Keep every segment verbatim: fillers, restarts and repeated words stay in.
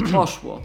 Poszło.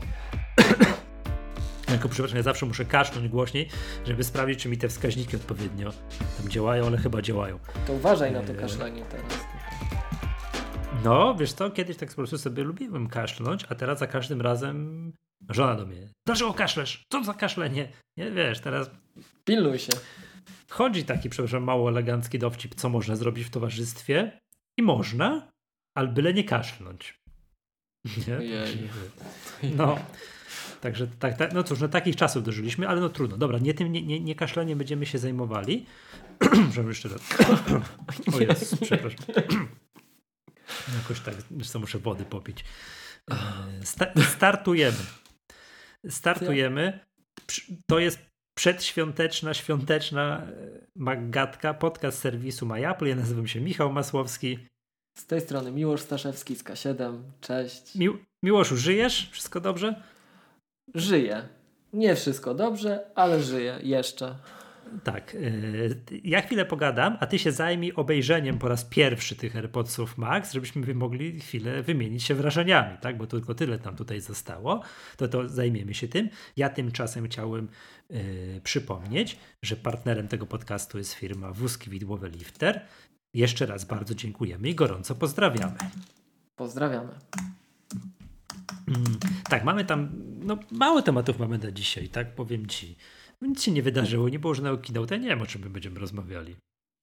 Jako przepraszam, ja zawsze muszę kaszlnąć głośniej, żeby sprawdzić, czy mi te wskaźniki odpowiednio tam działają, ale chyba działają. To uważaj na to kaszlenie teraz. No, wiesz co, kiedyś tak po prostu sobie lubiłem kaszlnąć, a teraz za każdym razem żona do mnie. Dlaczego kaszlesz? Co za kaszlenie? Nie wiesz, teraz... Pilnuj się. Chodzi taki, przepraszam, mało elegancki dowcip, co można zrobić w towarzystwie. I można, ale byle nie kaszlnąć. Nie? Jej. No. Także tak, tak, no cóż, no takich czasów dożyliśmy, ale no trudno. Dobra, nie tym, nie, nie, nie kaszleniem będziemy się zajmowali. Przepraszam jeszcze raz. O Jezus, przepraszam. Jakoś tak, zresztą muszę wody popić. Sta- startujemy. Startujemy. To jest przedświąteczna, świąteczna Maggatka, podcast serwisu MyApple. Ja nazywam się Michał Masłowski. Z tej strony Miłosz Staszewski z K siedem. Cześć. Mi- Miłoszu, żyjesz? Wszystko dobrze? Żyję. Nie wszystko dobrze, ale żyję jeszcze. Tak. Yy, ja chwilę pogadam, a ty się zajmij obejrzeniem po raz pierwszy tych AirPodsów Max, żebyśmy mogli chwilę wymienić się wrażeniami, tak? Bo tylko tyle nam tutaj zostało. To to zajmiemy się tym. Ja tymczasem chciałem yy, przypomnieć, że partnerem tego podcastu jest firma Wózki Widłowe Lifter. Jeszcze raz bardzo dziękujemy i gorąco pozdrawiamy. Pozdrawiamy. Mm, tak, mamy tam, no mało tematów mamy na dzisiaj, tak powiem ci. Nic się nie wydarzyło, nie było żadnego keynote, ja nie wiem, o czym my będziemy rozmawiali.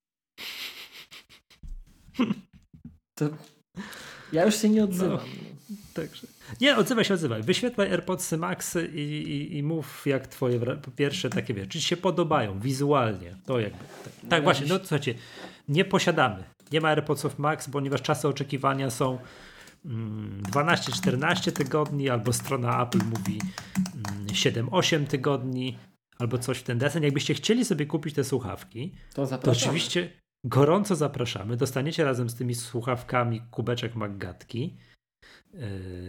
To ja już się nie odzywam. No, także. Nie, odzywaj się, odzywaj. Wyświetlaj AirPodsy Maxy i, i, i mów, jak twoje po pierwsze takie, wiesz, czy ci się podobają wizualnie. To jakby, tak, No tak ja właśnie, dziś... no słuchajcie, nie posiadamy. Nie ma AirPodsów Max, ponieważ czasy oczekiwania są dwanaście czternaście tygodni, albo strona Apple mówi siedem osiem tygodni, albo coś w ten deseń. Jakbyście chcieli sobie kupić te słuchawki, to, to oczywiście gorąco zapraszamy. Dostaniecie razem z tymi słuchawkami kubeczek Maggatki. Yy,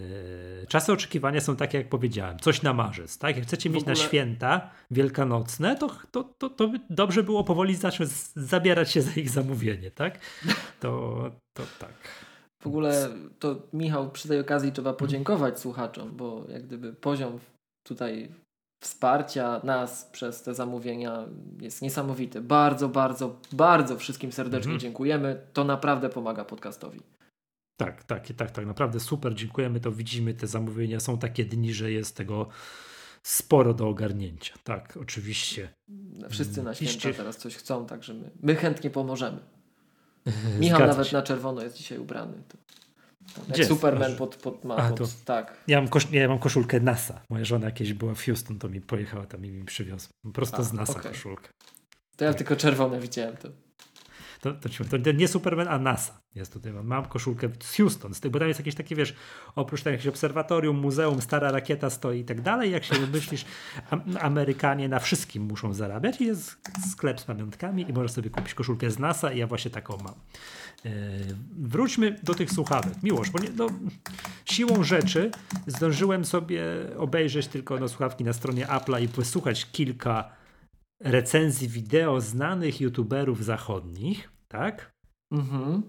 czasy oczekiwania są takie, jak powiedziałem. Coś na marzec. Tak? Jak chcecie mieć ogóle... na święta wielkanocne, to, to, to, to by dobrze było powoli zacząć zabierać się za ich zamówienie. Tak? To, to tak. W ogóle to Michał, przy tej okazji trzeba podziękować słuchaczom, bo jak gdyby poziom tutaj wsparcia nas przez te zamówienia jest niesamowity. Bardzo, bardzo, bardzo wszystkim serdecznie mhm. dziękujemy. To naprawdę pomaga podcastowi. Tak, tak, tak, tak. Naprawdę super, dziękujemy. To widzimy, te zamówienia są takie dni, że jest tego sporo do ogarnięcia. Tak, oczywiście. Wszyscy na święta Piszcie... teraz coś chcą, także my, my chętnie pomożemy. Michał Zgadza nawet się. na czerwono jest dzisiaj ubrany. To, jak Gdzie Superman pod, pod, ma A, pod, to... tak. Ja mam, kosz... ja mam koszulkę NASA. Moja żona jakieś była w Houston, to mi pojechała tam i mi przywiozła. Prosto A, z NASA okay. koszulkę. To ja tak. tylko czerwone widziałem. To. To, to, to nie Superman, a NASA jest tutaj. Mam, mam koszulkę z Houston, z tych, bo tam jest jakieś takie, wiesz, oprócz tego jakieś obserwatorium, muzeum, stara rakieta stoi i tak dalej. Jak się myślisz, Amerykanie na wszystkim muszą zarabiać i jest sklep z pamiątkami i możesz sobie kupić koszulkę z NASA i ja właśnie taką mam. Yy, wróćmy do tych słuchawek. Miłosz, bo nie, no, siłą rzeczy zdążyłem sobie obejrzeć tylko no, słuchawki na stronie Apple'a i wysłuchać kilka recenzji wideo znanych youtuberów zachodnich, tak? Mhm.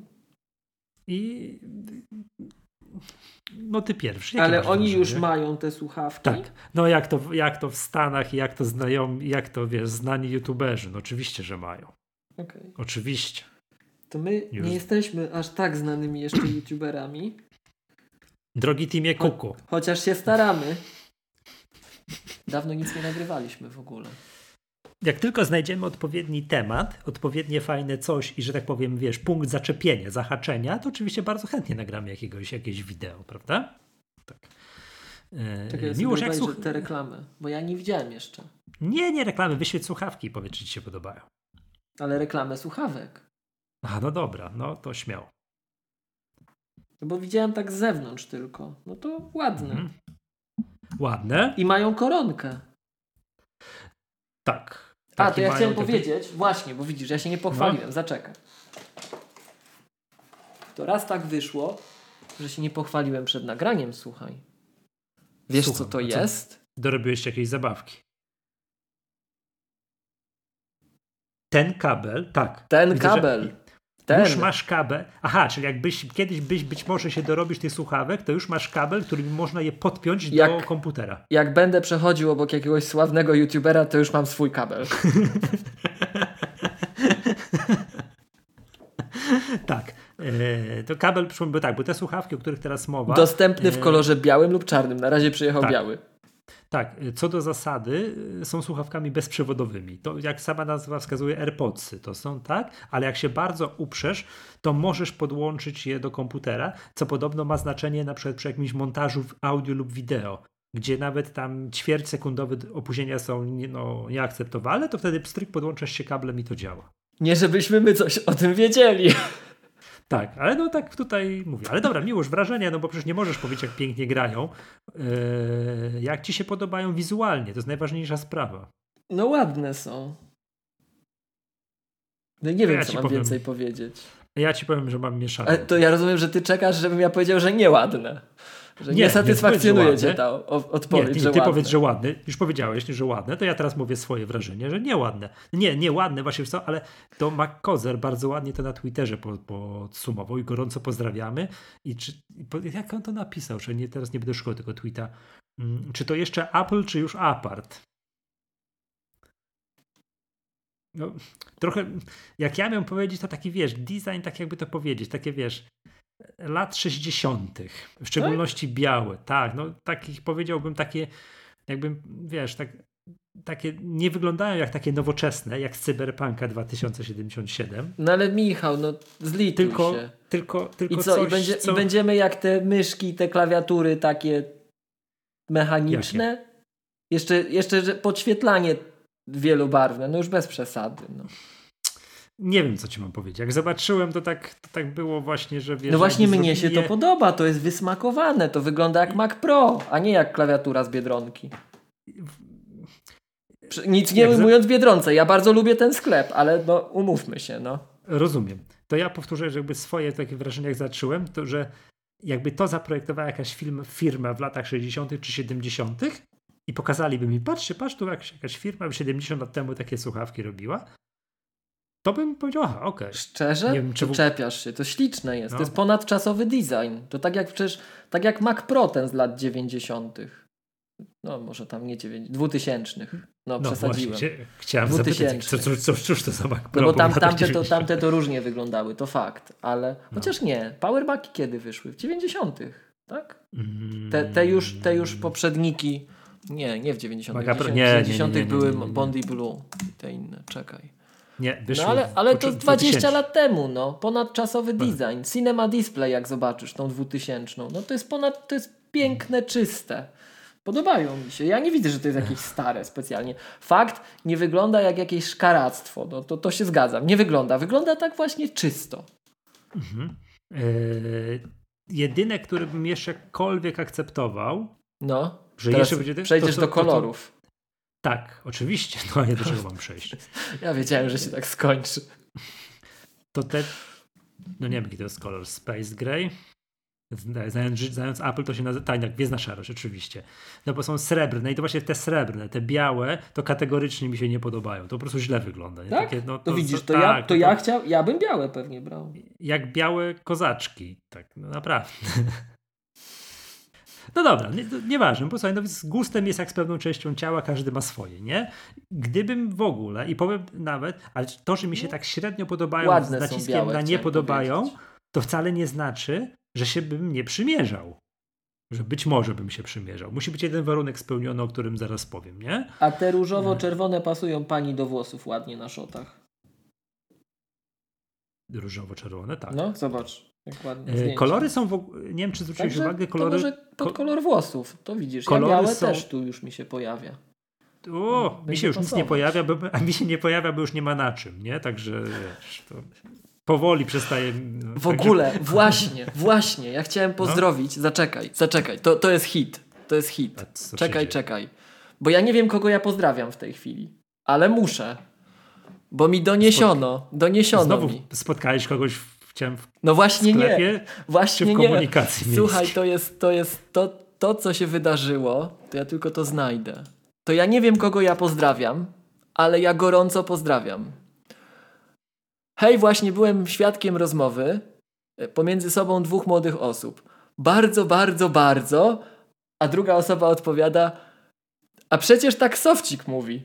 I no ty pierwszy. Ale oni wrażenie? Już mają te słuchawki? Tak. No jak to, jak to w Stanach, jak to znajomi, jak to wiesz, znani youtuberzy. No oczywiście, że mają. Okay. Oczywiście. To my już. Nie jesteśmy aż tak znanymi jeszcze youtuberami. Drogi Timie Kuku. Cho- chociaż się staramy. Dawno nic nie nagrywaliśmy w ogóle. Jak tylko znajdziemy odpowiedni temat, odpowiednie fajne coś i, że tak powiem, wiesz, punkt zaczepienia, zahaczenia, to oczywiście bardzo chętnie nagramy jakiegoś, jakieś wideo, prawda? Tak. Tak jest, Miłosz, jak słuch... te reklamy, bo ja nie widziałem jeszcze. Nie, nie reklamy, wyświeć słuchawki i powiedz, czy ci się podobają. Ale reklamę słuchawek. A, no dobra, no to śmiało. No bo widziałem tak z zewnątrz tylko. No to ładne. Mhm. Ładne. I mają koronkę. Tak. A, to ja chciałem powiedzieć, właśnie, bo widzisz, ja się nie pochwaliłem, no. Zaczekaj. To raz tak wyszło, że się nie pochwaliłem przed nagraniem, słuchaj. Wiesz, Słucham, co to jest? Dorobiłeś jakieś zabawki. Ten kabel, tak. Ten Widzę, kabel. że... Ten Ten. Już masz kabel. Aha, czyli jakbyś kiedyś byś być może się dorobisz tych słuchawek, to już masz kabel, którym można je podpiąć Jak, do komputera. Jak będę przechodził obok jakiegoś sławnego youtubera, to już mam swój kabel. Tak. E, to kabel, bo tak, bo te słuchawki, o których teraz mowa... Dostępny w kolorze białym lub czarnym. Na razie przyjechał tak. biały. Tak, co do zasady są słuchawkami bezprzewodowymi. To jak sama nazwa wskazuje, AirPodsy to są, tak, ale jak się bardzo uprzesz, to możesz podłączyć je do komputera, co podobno ma znaczenie na przykład przy jakimś montażu audio lub wideo, gdzie nawet tam ćwierć sekundowe opóźnienia są nie, no, nieakceptowalne, to wtedy pstryk, podłączasz się kablem i to działa. Nie żebyśmy my coś o tym wiedzieli. Tak, ale no tak tutaj mówię. Ale dobra, Miłosz, wrażenia, no bo przecież nie możesz powiedzieć, jak pięknie grają. Yy, jak ci się podobają wizualnie, to jest najważniejsza sprawa. No ładne są. No nie wiem, ja co mam powiem, więcej powiedzieć. Ja ci powiem, że mam mieszane. Ale to ja rozumiem, że ty czekasz, żebym ja powiedział, że nieładne. Że nie, nie satysfakcjonuje nie cię ta odpowiedź, nie, nie, że ty ładne. powiedz, że ładny. Już powiedziałeś, że ładne, to ja teraz mówię swoje wrażenie, że nieładne. Nie, nieładne właśnie, co, ale to Mac Kozer bardzo ładnie to na Twitterze podsumował i gorąco pozdrawiamy. I czy, jak on to napisał? Że nie, teraz nie będę szukał tego tweeta. Czy to jeszcze Apple, czy już apart? No, trochę, jak ja miałem powiedzieć, to taki, wiesz, design, tak jakby to powiedzieć, takie, wiesz, lat sześćdziesiątych, w szczególności tak? białe, tak, no takich powiedziałbym takie, jakbym, wiesz, tak, takie nie wyglądają jak takie nowoczesne, jak z Cyberpunka dwa tysiące siedemdziesiąt siedem. No ale Michał, no zlituj tylko, się. Tylko, tylko I co, coś, i, będzie, co... i będziemy jak te myszki, te klawiatury takie mechaniczne? Jakie? Jeszcze, jeszcze podświetlanie wielobarwne, no już bez przesady, no. Nie wiem, co ci mam powiedzieć. Jak zobaczyłem, to tak, to tak było właśnie, że wiesz... No właśnie mnie zrobili... się to podoba, to jest wysmakowane, to wygląda jak Mac Pro, a nie jak klawiatura z Biedronki. Nic nie ujmując za... Biedronce, ja bardzo lubię ten sklep, ale no umówmy się, no. Rozumiem. To ja powtórzę, że jakby swoje takie wrażenia jak zacząłem, to że jakby to zaprojektowała jakaś film, firma w latach sześćdziesiątych czy siedemdziesiątych i pokazaliby mi, patrzcie, patrz, tu jakaś, jakaś firma siedemdziesiąt lat temu takie słuchawki robiła, to bym powiedział, aha, okej. Okay. Szczerze? Nie wiem, czy w... Czepiasz się, to śliczne jest. No. To jest ponadczasowy design. To tak jak przecież, tak jak Mac Pro ten z lat dziewięćdziesiątych. No może tam nie dziewięćdziesiątych, dwutysięcznych. No, no przesadziłem. Właśnie, chciałem zapytać, co, co, co, cóż to za Mac Pro? No bo tam, tamte, to, tamte to różnie wyglądały, to fakt. Ale no. Chociaż nie. Powerbacki kiedy wyszły? W dziewięćdziesiątych, tak? Te, te, już, te już poprzedniki. Nie, nie w dziewięćdziesiątych. W dziewięćdziesiątych były Bondi Blue i te inne. Czekaj. Nie, wyszło no ale, ale to dwadzieścia dwutysięczne lat temu, no. Ponadczasowy design. Cinema Display, jak zobaczysz, tą dwutysięczną. No to jest ponad, to jest piękne, czyste. Podobają mi się. Ja nie widzę, że to jest jakieś stare specjalnie. Fakt, nie wygląda jak jakieś szkaractwo. No to, to się zgadzam. Nie wygląda. Wygląda tak właśnie czysto. Mhm. Yy, jedyne, które bym jeszcze akceptował, no, że jeszcze będzie, przejdziesz to, to, to, do kolorów. To, to, tak, oczywiście. No ja do czego mam przejść? Ja wiedziałem, że się tak skończy. To te, no nie wiem, jaki to jest kolor, Space Gray. Znając, znając Apple, to się nazywa, tak, jak gwiezdna szarość, oczywiście. No bo są srebrne i to właśnie te srebrne, te białe, to kategorycznie mi się nie podobają. To po prostu źle wygląda. Nie? Tak? Takie, no, to, to widzisz, to, tak, ja, to, to ja chciał, ja bym białe pewnie brał. Jak białe kozaczki. Tak, no naprawdę. No dobra, nie, nieważne, bo słuchaj, no z gustem jest jak z pewną częścią ciała, każdy ma swoje, nie? Gdybym w ogóle, i powiem nawet, ale to, że mi się tak średnio podobają, ładne z naciskiem białe, na nie podobają, powiedzieć. To wcale nie znaczy, że się bym nie przymierzał. Że być może bym się przymierzał. Musi być jeden warunek spełniony, o którym zaraz powiem, nie? A te różowo-czerwone pasują pani do włosów ładnie na szotach. Różowo-czerwone, tak. No, zobacz. E, kolory są, w ogóle, nie wiem czy zwróciłeś Także uwagę, kolory... To może pod kolor włosów, to widzisz. Kolory ja białe są... też tu już mi się pojawia. O, Będzie mi się już pasować. Nic nie pojawia, bo, a mi się nie pojawia, bo już nie ma na czym, nie? Także wiesz, to powoli przestaje... No, w ogóle, właśnie, właśnie, ja chciałem pozdrowić, no? zaczekaj, zaczekaj, to, to jest hit, to jest hit. Czekaj, czekaj, bo ja nie wiem, kogo ja pozdrawiam w tej chwili, ale muszę, bo mi doniesiono, Spotka- doniesiono Znowu mi. spotkałeś kogoś w Chciałem w no właśnie sklepie, nie. Właśnie czy w komunikacji nie. Słuchaj, to jest, to jest to, to, co się wydarzyło, to ja tylko to znajdę. To ja nie wiem, kogo ja pozdrawiam, ale ja gorąco pozdrawiam. Hej, właśnie byłem świadkiem rozmowy pomiędzy sobą dwóch młodych osób. Bardzo, bardzo, bardzo. A druga osoba odpowiada, a przecież tak Sowcik mówi.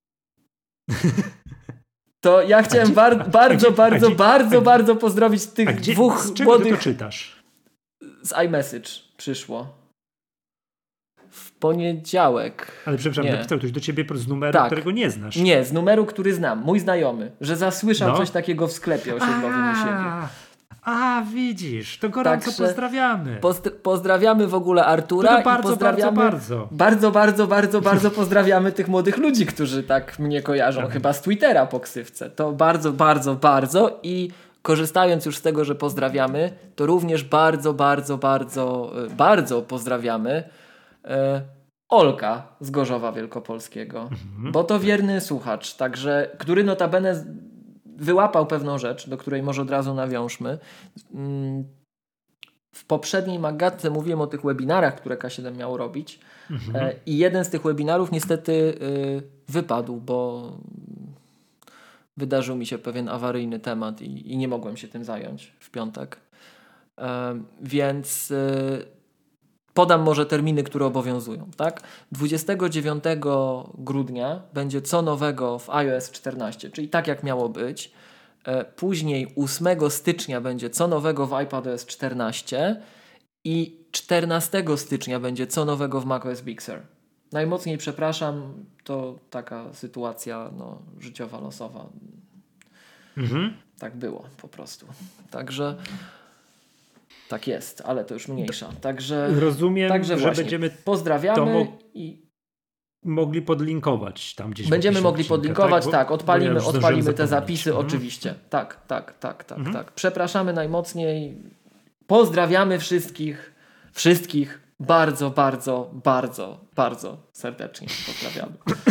To ja chciałem gdzie, bar- bardzo, gdzie, bardzo, gdzie, bardzo, bardzo pozdrowić tych a gdzie, dwóch z czego młodych... ty to czytasz? Z iMessage przyszło. W poniedziałek. Ale przepraszam, nie. napisał ktoś do ciebie z numeru, tak. którego nie znasz. Nie, z numeru, który znam. Mój znajomy. Że zasłyszał no. coś takiego w sklepie osiedlowym u siebie. A, widzisz, to gorąco Także pozdrawiamy. Pozdr- pozdrawiamy w ogóle Artura. To, to bardzo, i pozdrawiamy, bardzo, bardzo. Bardzo, bardzo, bardzo, bardzo pozdrawiamy tych młodych ludzi, którzy tak mnie kojarzą. Tak. Chyba z Twittera po ksywce. To bardzo, bardzo, bardzo i korzystając już z tego, że pozdrawiamy, to również bardzo, bardzo, bardzo, bardzo pozdrawiamy e, Olka z Gorzowa Wielkopolskiego. Mhm. Bo to wierny słuchacz, także, który notabene wyłapał pewną rzecz, do której może od razu nawiążmy. W poprzedniej Magatce mówiłem o tych webinarach, które K siedem miał robić mhm. i jeden z tych webinarów niestety wypadł, bo wydarzył mi się pewien awaryjny temat i, i nie mogłem się tym zająć w piątek. Więc podam może terminy, które obowiązują. Tak? dwudziestego dziewiątego grudnia będzie co nowego w iOS czternaście, czyli tak jak miało być. Później ósmego stycznia będzie co nowego w iPadOS czternaście i czternastego stycznia będzie co nowego w macOS Big Sur. Najmocniej przepraszam, to taka sytuacja no, życiowa, losowa. Mhm. Tak było po prostu. Także tak jest, ale to już mniejsza. Także rozumiem, także że będziemy pozdrawiamy mo- i mogli podlinkować tam gdzieś. Będziemy mogli odcinka, podlinkować, tak, tak odpalimy, ja odpalimy te zapisy mhm. oczywiście. Tak, tak, tak, tak, mhm. tak. Przepraszamy najmocniej. Pozdrawiamy wszystkich, wszystkich bardzo, bardzo, bardzo, bardzo serdecznie pozdrawiamy.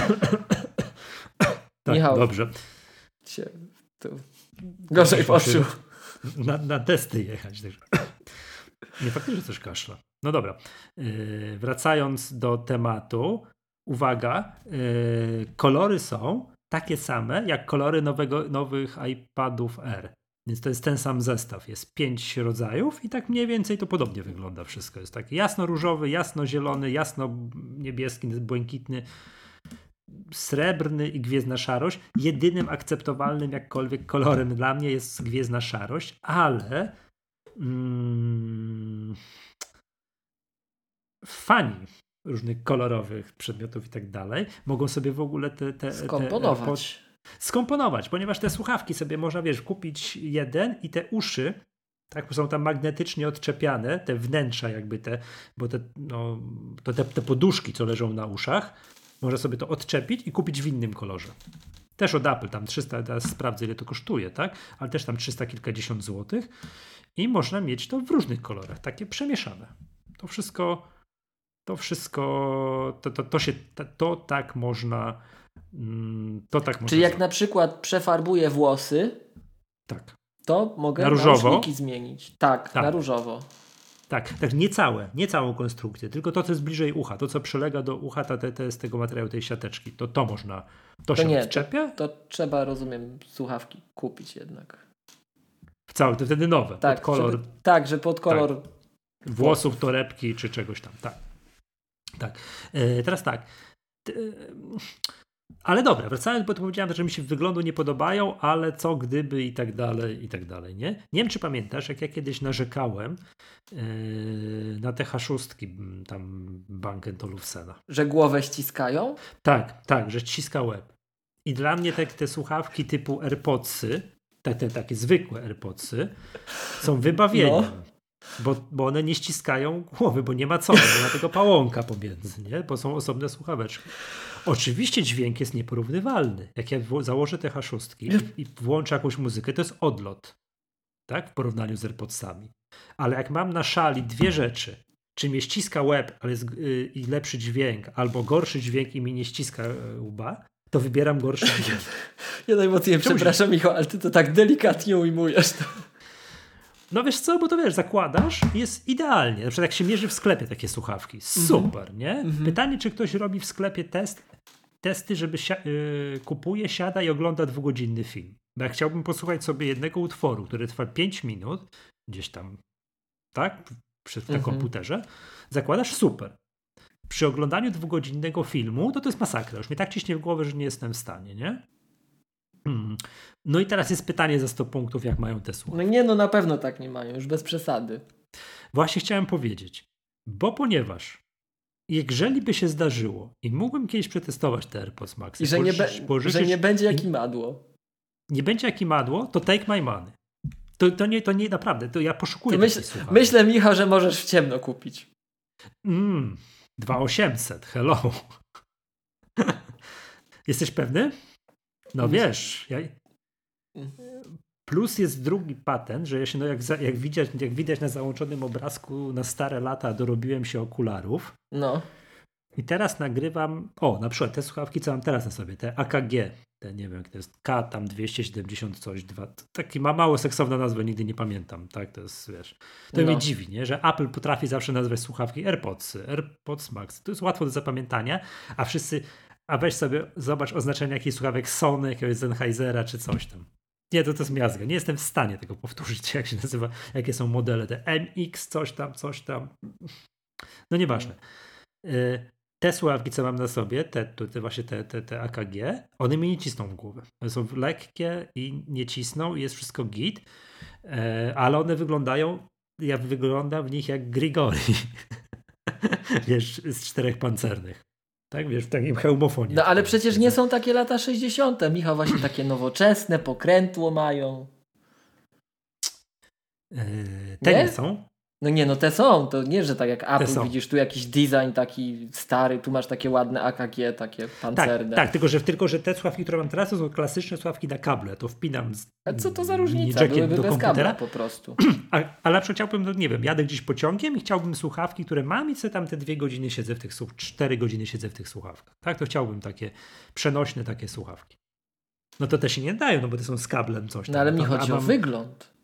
Tak, Michał, dobrze. Się tu gorzej poczuł. Na, na testy jechać. Nie, faktycznie coś kaszla. No dobra. Yy, wracając do tematu. Uwaga, yy, kolory są takie same jak kolory nowego, nowych iPadów Air. Więc to jest ten sam zestaw. Jest pięć rodzajów i tak mniej więcej to podobnie wygląda wszystko. Jest taki jasno-różowy, jasno-zielony, jasno-niebieski, błękitny, srebrny i gwiezdna szarość. Jedynym akceptowalnym jakkolwiek kolorem dla mnie jest gwiezdna szarość, ale mm, fani różnych kolorowych przedmiotów i tak dalej mogą sobie w ogóle te, te skomponować. Te, po, skomponować, ponieważ te słuchawki sobie można, wiesz, kupić jeden i te uszy, tak, są tam magnetycznie odczepiane, te wnętrza jakby te, bo te, no, to te, te poduszki, co leżą na uszach, można sobie to odczepić i kupić w innym kolorze. Też od Apple, tam trzysta, teraz sprawdzę ile to kosztuje, tak, ale też tam trzysta kilkadziesiąt złotych i można mieć to w różnych kolorach, takie przemieszane. To wszystko To wszystko, to, to, to się, to, to tak można, to tak można Czyli jak zrobić. na przykład przefarbuję włosy, tak. to mogę na różowo nauśniki zmienić. Tak, tak, na różowo. Tak, tak, nie całe, nie całą konstrukcję, tylko to, co jest bliżej ucha, to, co przylega do ucha, to, to, to jest z tego materiału, tej siateczki, to to można, to, to się nie, odczepia. To, to trzeba, rozumiem, słuchawki kupić jednak. W całe, to wtedy nowe, tak, pod kolor. Żeby, tak, że pod kolor. Tak, włosów, torebki, czy czegoś tam, tak. Tak. E, teraz tak. E, ale dobra, wracając, bo to powiedziałem, że mi się wyglądu nie podobają, ale co gdyby i tak dalej, i tak dalej, nie? Nie wiem, czy pamiętasz, jak ja kiedyś narzekałem e, na te H sześć tam Bang and Olufsena. Że głowę ściskają? Tak, tak, że ściska łeb. I dla mnie te, te słuchawki typu AirPodsy, te, te takie zwykłe AirPodsy, są wybawieniem. No. Bo, bo one nie ściskają głowy, bo nie ma co, nie ma tego pałąka pomiędzy, nie? Bo są osobne słuchaweczki. Oczywiście dźwięk jest nieporównywalny. Jak ja w- założę te H sześć i, i włączę jakąś muzykę, to jest odlot, tak? W porównaniu z AirPodsami. Ale jak mam na szali dwie rzeczy, czy mnie ściska łeb, ale jest yy, i lepszy dźwięk, albo gorszy dźwięk i mi nie ściska yy, łba, to wybieram gorszy dźwięk. Ja najmocniej Czemu przepraszam, się... Michał, ale ty to tak delikatnie ujmujesz. To. No wiesz co, bo to wiesz, zakładasz, jest idealnie. Na przykład jak się mierzy w sklepie takie słuchawki, super, mm-hmm. nie? Mm-hmm. Pytanie, czy ktoś robi w sklepie test, testy, żeby si- yy, kupuje, siada i ogląda dwugodzinny film. Bo ja chciałbym posłuchać sobie jednego utworu, który trwa pięć minut, gdzieś tam, tak? Przy, na Mhm. komputerze. Zakładasz, super. Przy oglądaniu dwugodzinnego filmu, to to jest masakra. Już mnie tak ciśnie w głowę, że nie jestem w stanie, nie? Hmm. No i teraz jest pytanie za sto punktów, jak mają te No słuchawki. nie, no na pewno tak nie mają, już bez przesady. Właśnie chciałem powiedzieć, bo ponieważ jeżeli by się zdarzyło i mógłbym kiedyś przetestować te AirPods Max I że nie, be, pożyczyć, że nie będzie jak imadło. Nie będzie jak imadło, to take my money. To, to, nie, to nie naprawdę, to ja poszukuję To myśl, takich słuchawek. myślę, Michał, że możesz w ciemno kupić. Mm, dwa tysiące osiemset, hello. Jesteś pewny? No wiesz, ja... Plus jest drugi patent, że ja się, no jak, za, jak, widać, jak widać na załączonym obrazku, na stare lata dorobiłem się okularów. No. I teraz nagrywam, o, na przykład te słuchawki, co mam teraz na sobie, te A K G, te nie wiem, jak to jest, K tam dwieście siedemdziesiąt coś, dwa, taki ma mało seksowna nazwa, nigdy nie pamiętam, tak, to jest, wiesz, to no. mnie dziwi, nie, że Apple potrafi zawsze nazwać słuchawki AirPods, AirPods Max, to jest łatwo do zapamiętania, a wszyscy, a weź sobie, zobacz oznaczenie jakichś słuchawek Sony, jakiegoś Sennheisera, czy coś tam. Nie, to to jest miazga. Nie jestem w stanie tego powtórzyć, jak się nazywa, jakie są modele, te M X, coś tam, coś tam. No nieważne. Y, te słuchawki, co mam na sobie, te, te właśnie te, te, te A K G, one mi nie cisną w głowę. One są lekkie i nie cisną i jest wszystko git, y, ale one wyglądają, ja wyglądam w nich jak Grigori. Wiesz, z czterech pancernych. Tak, wiesz, w takim hełmofonie. No ale przecież nie są takie lata sześćdziesiąte. Michał, właśnie takie nowoczesne, pokrętło mają. Yy, te nie? nie są. No nie, no te są. To nie, że tak jak Apple, widzisz tu jakiś design taki stary, tu masz takie ładne A K G, takie pancerne. Tak, tak tylko, że, tylko że te słuchawki, które mam teraz, to są klasyczne słuchawki na kable. To wpinam z A co to za różnica? Byłyby do bez komputera kabla po prostu. A, ale na przykład chciałbym, no nie wiem, jadę gdzieś pociągiem i chciałbym słuchawki, które mam i co tam te dwie godziny siedzę w tych słuchawkach, cztery godziny siedzę w tych słuchawkach. Tak, to chciałbym takie przenośne takie słuchawki. No to te się nie dają, no bo te są z kablem coś tam. No ale mi tam, chodzi mam... o wygląd.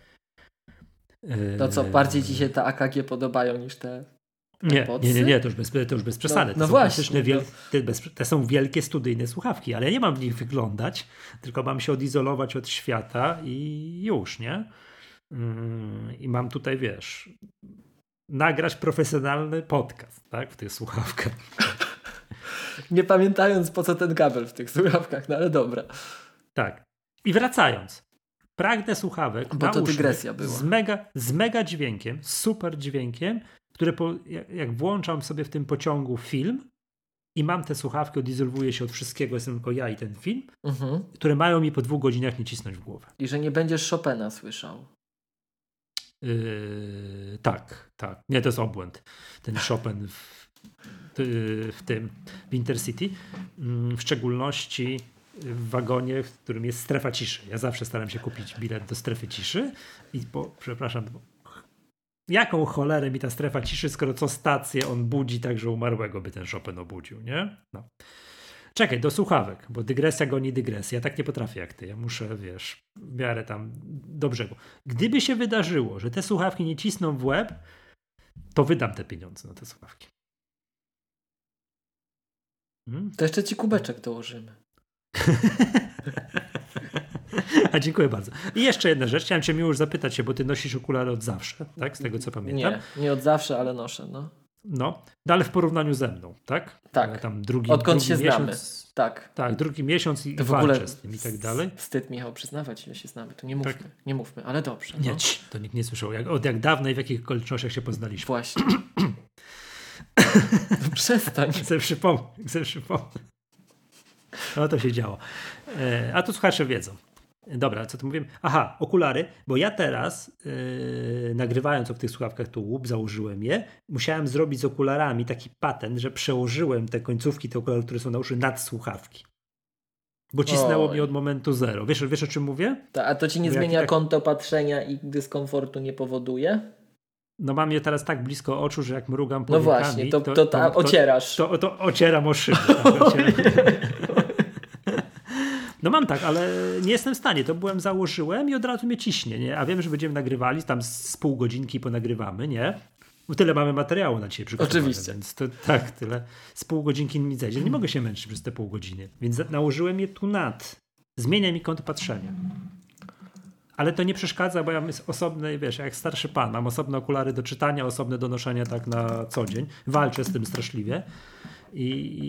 To co, bardziej ci się te A K G podobają niż te nie, nie, nie, nie, to już bez, to już bez przesady. No, no są właśnie. Wiel... Te, bez... te są wielkie studyjne słuchawki, ale ja nie mam w nich wyglądać, tylko mam się odizolować od świata i już, nie? Yy, I mam tutaj, wiesz, nagrać profesjonalny podcast, tak, w tych słuchawkach. Nie pamiętając, po co ten kabel w tych słuchawkach, no ale dobra. Tak. I wracając. Pragnę słuchawek bo to dygresja była. Z mega, z mega dźwiękiem, super dźwiękiem, które po, jak, jak włączam sobie w tym pociągu film i mam te słuchawki, odizolowuję się od wszystkiego, jestem tylko ja i ten film, mhm. które mają mi po dwóch godzinach nie cisnąć w głowę. I że nie będziesz Chopina słyszał. Yy, tak, tak. Nie, to jest obłęd. Ten Chopin w, w tym w Intercity, w szczególności w wagonie, w którym jest strefa ciszy. Ja zawsze staram się kupić bilet do strefy ciszy i po, przepraszam, bo jaką cholerę mi ta strefa ciszy, skoro co stację on budzi tak, że umarłego by ten Chopin obudził, nie? No. Czekaj, do słuchawek, bo dygresja goni dygresję. Ja tak nie potrafię jak ty. Ja muszę, wiesz, w miarę tam do brzegu. Gdyby się wydarzyło, że te słuchawki nie cisną w łeb, to wydam te pieniądze na te słuchawki. Hmm? To jeszcze ci kubeczek dołożymy. A dziękuję bardzo. I jeszcze jedna rzecz. Chciałem cię Miłosz zapytać się, bo ty nosisz okulary od zawsze, tak? Z tego co pamiętam. Nie, nie od zawsze, ale noszę, no. No, no ale w porównaniu ze mną, tak? Tak. Tam drugi, Odkąd drugi się miesiąc, znamy. Tak. Tak, drugi miesiąc i to w ogóle z tym i tak dalej. Wstyd, Michał, przyznawać, ile się znamy. To nie mówmy, tak. nie mówmy, ale dobrze. Nie, no. to nikt nie słyszał. Jak, od jak dawna i w jakich okolicznościach się poznaliśmy. Właśnie. No przestań. Chcę przypomnieć. Chcę przypomnieć. No to się działo. E, a tu słuchacze wiedzą. Dobra, co tu mówiłem? Aha, okulary, bo ja teraz yy, nagrywając o tych słuchawkach, tu łup, założyłem je, musiałem zrobić z okularami taki patent, że przełożyłem te końcówki, te okulary, które są na uszy, nad słuchawki. Bo cisnęło Oj. mi od momentu zero. Wiesz, wiesz o czym mówię? Ta, a to ci nie bo zmienia tak... kąta patrzenia i dyskomfortu nie powoduje? No mam je teraz tak blisko oczu, że jak mrugam no powiekami, właśnie, to, to, to, to, to, to ocierasz. To, to, to ocieram o szybę. Tak, ocieram. No mam tak, ale nie jestem w stanie. To byłem, założyłem i od razu mnie ciśnie, nie? A wiem, że będziemy nagrywali, tam z pół godzinki ponagrywamy, nie? Bo tyle mamy materiału na dzisiaj przygotowane. Oczywiście. Więc to, tak, tyle. Z pół godzinki mi zejdzie. Nie mogę się męczyć przez te pół godziny. Więc nałożyłem je tu nad. zmienia mi kąt patrzenia. Ale to nie przeszkadza, bo ja mam osobne, wiesz, jak starszy pan, mam osobne okulary do czytania, osobne do noszenia tak na co dzień. Walczę z tym straszliwie. I,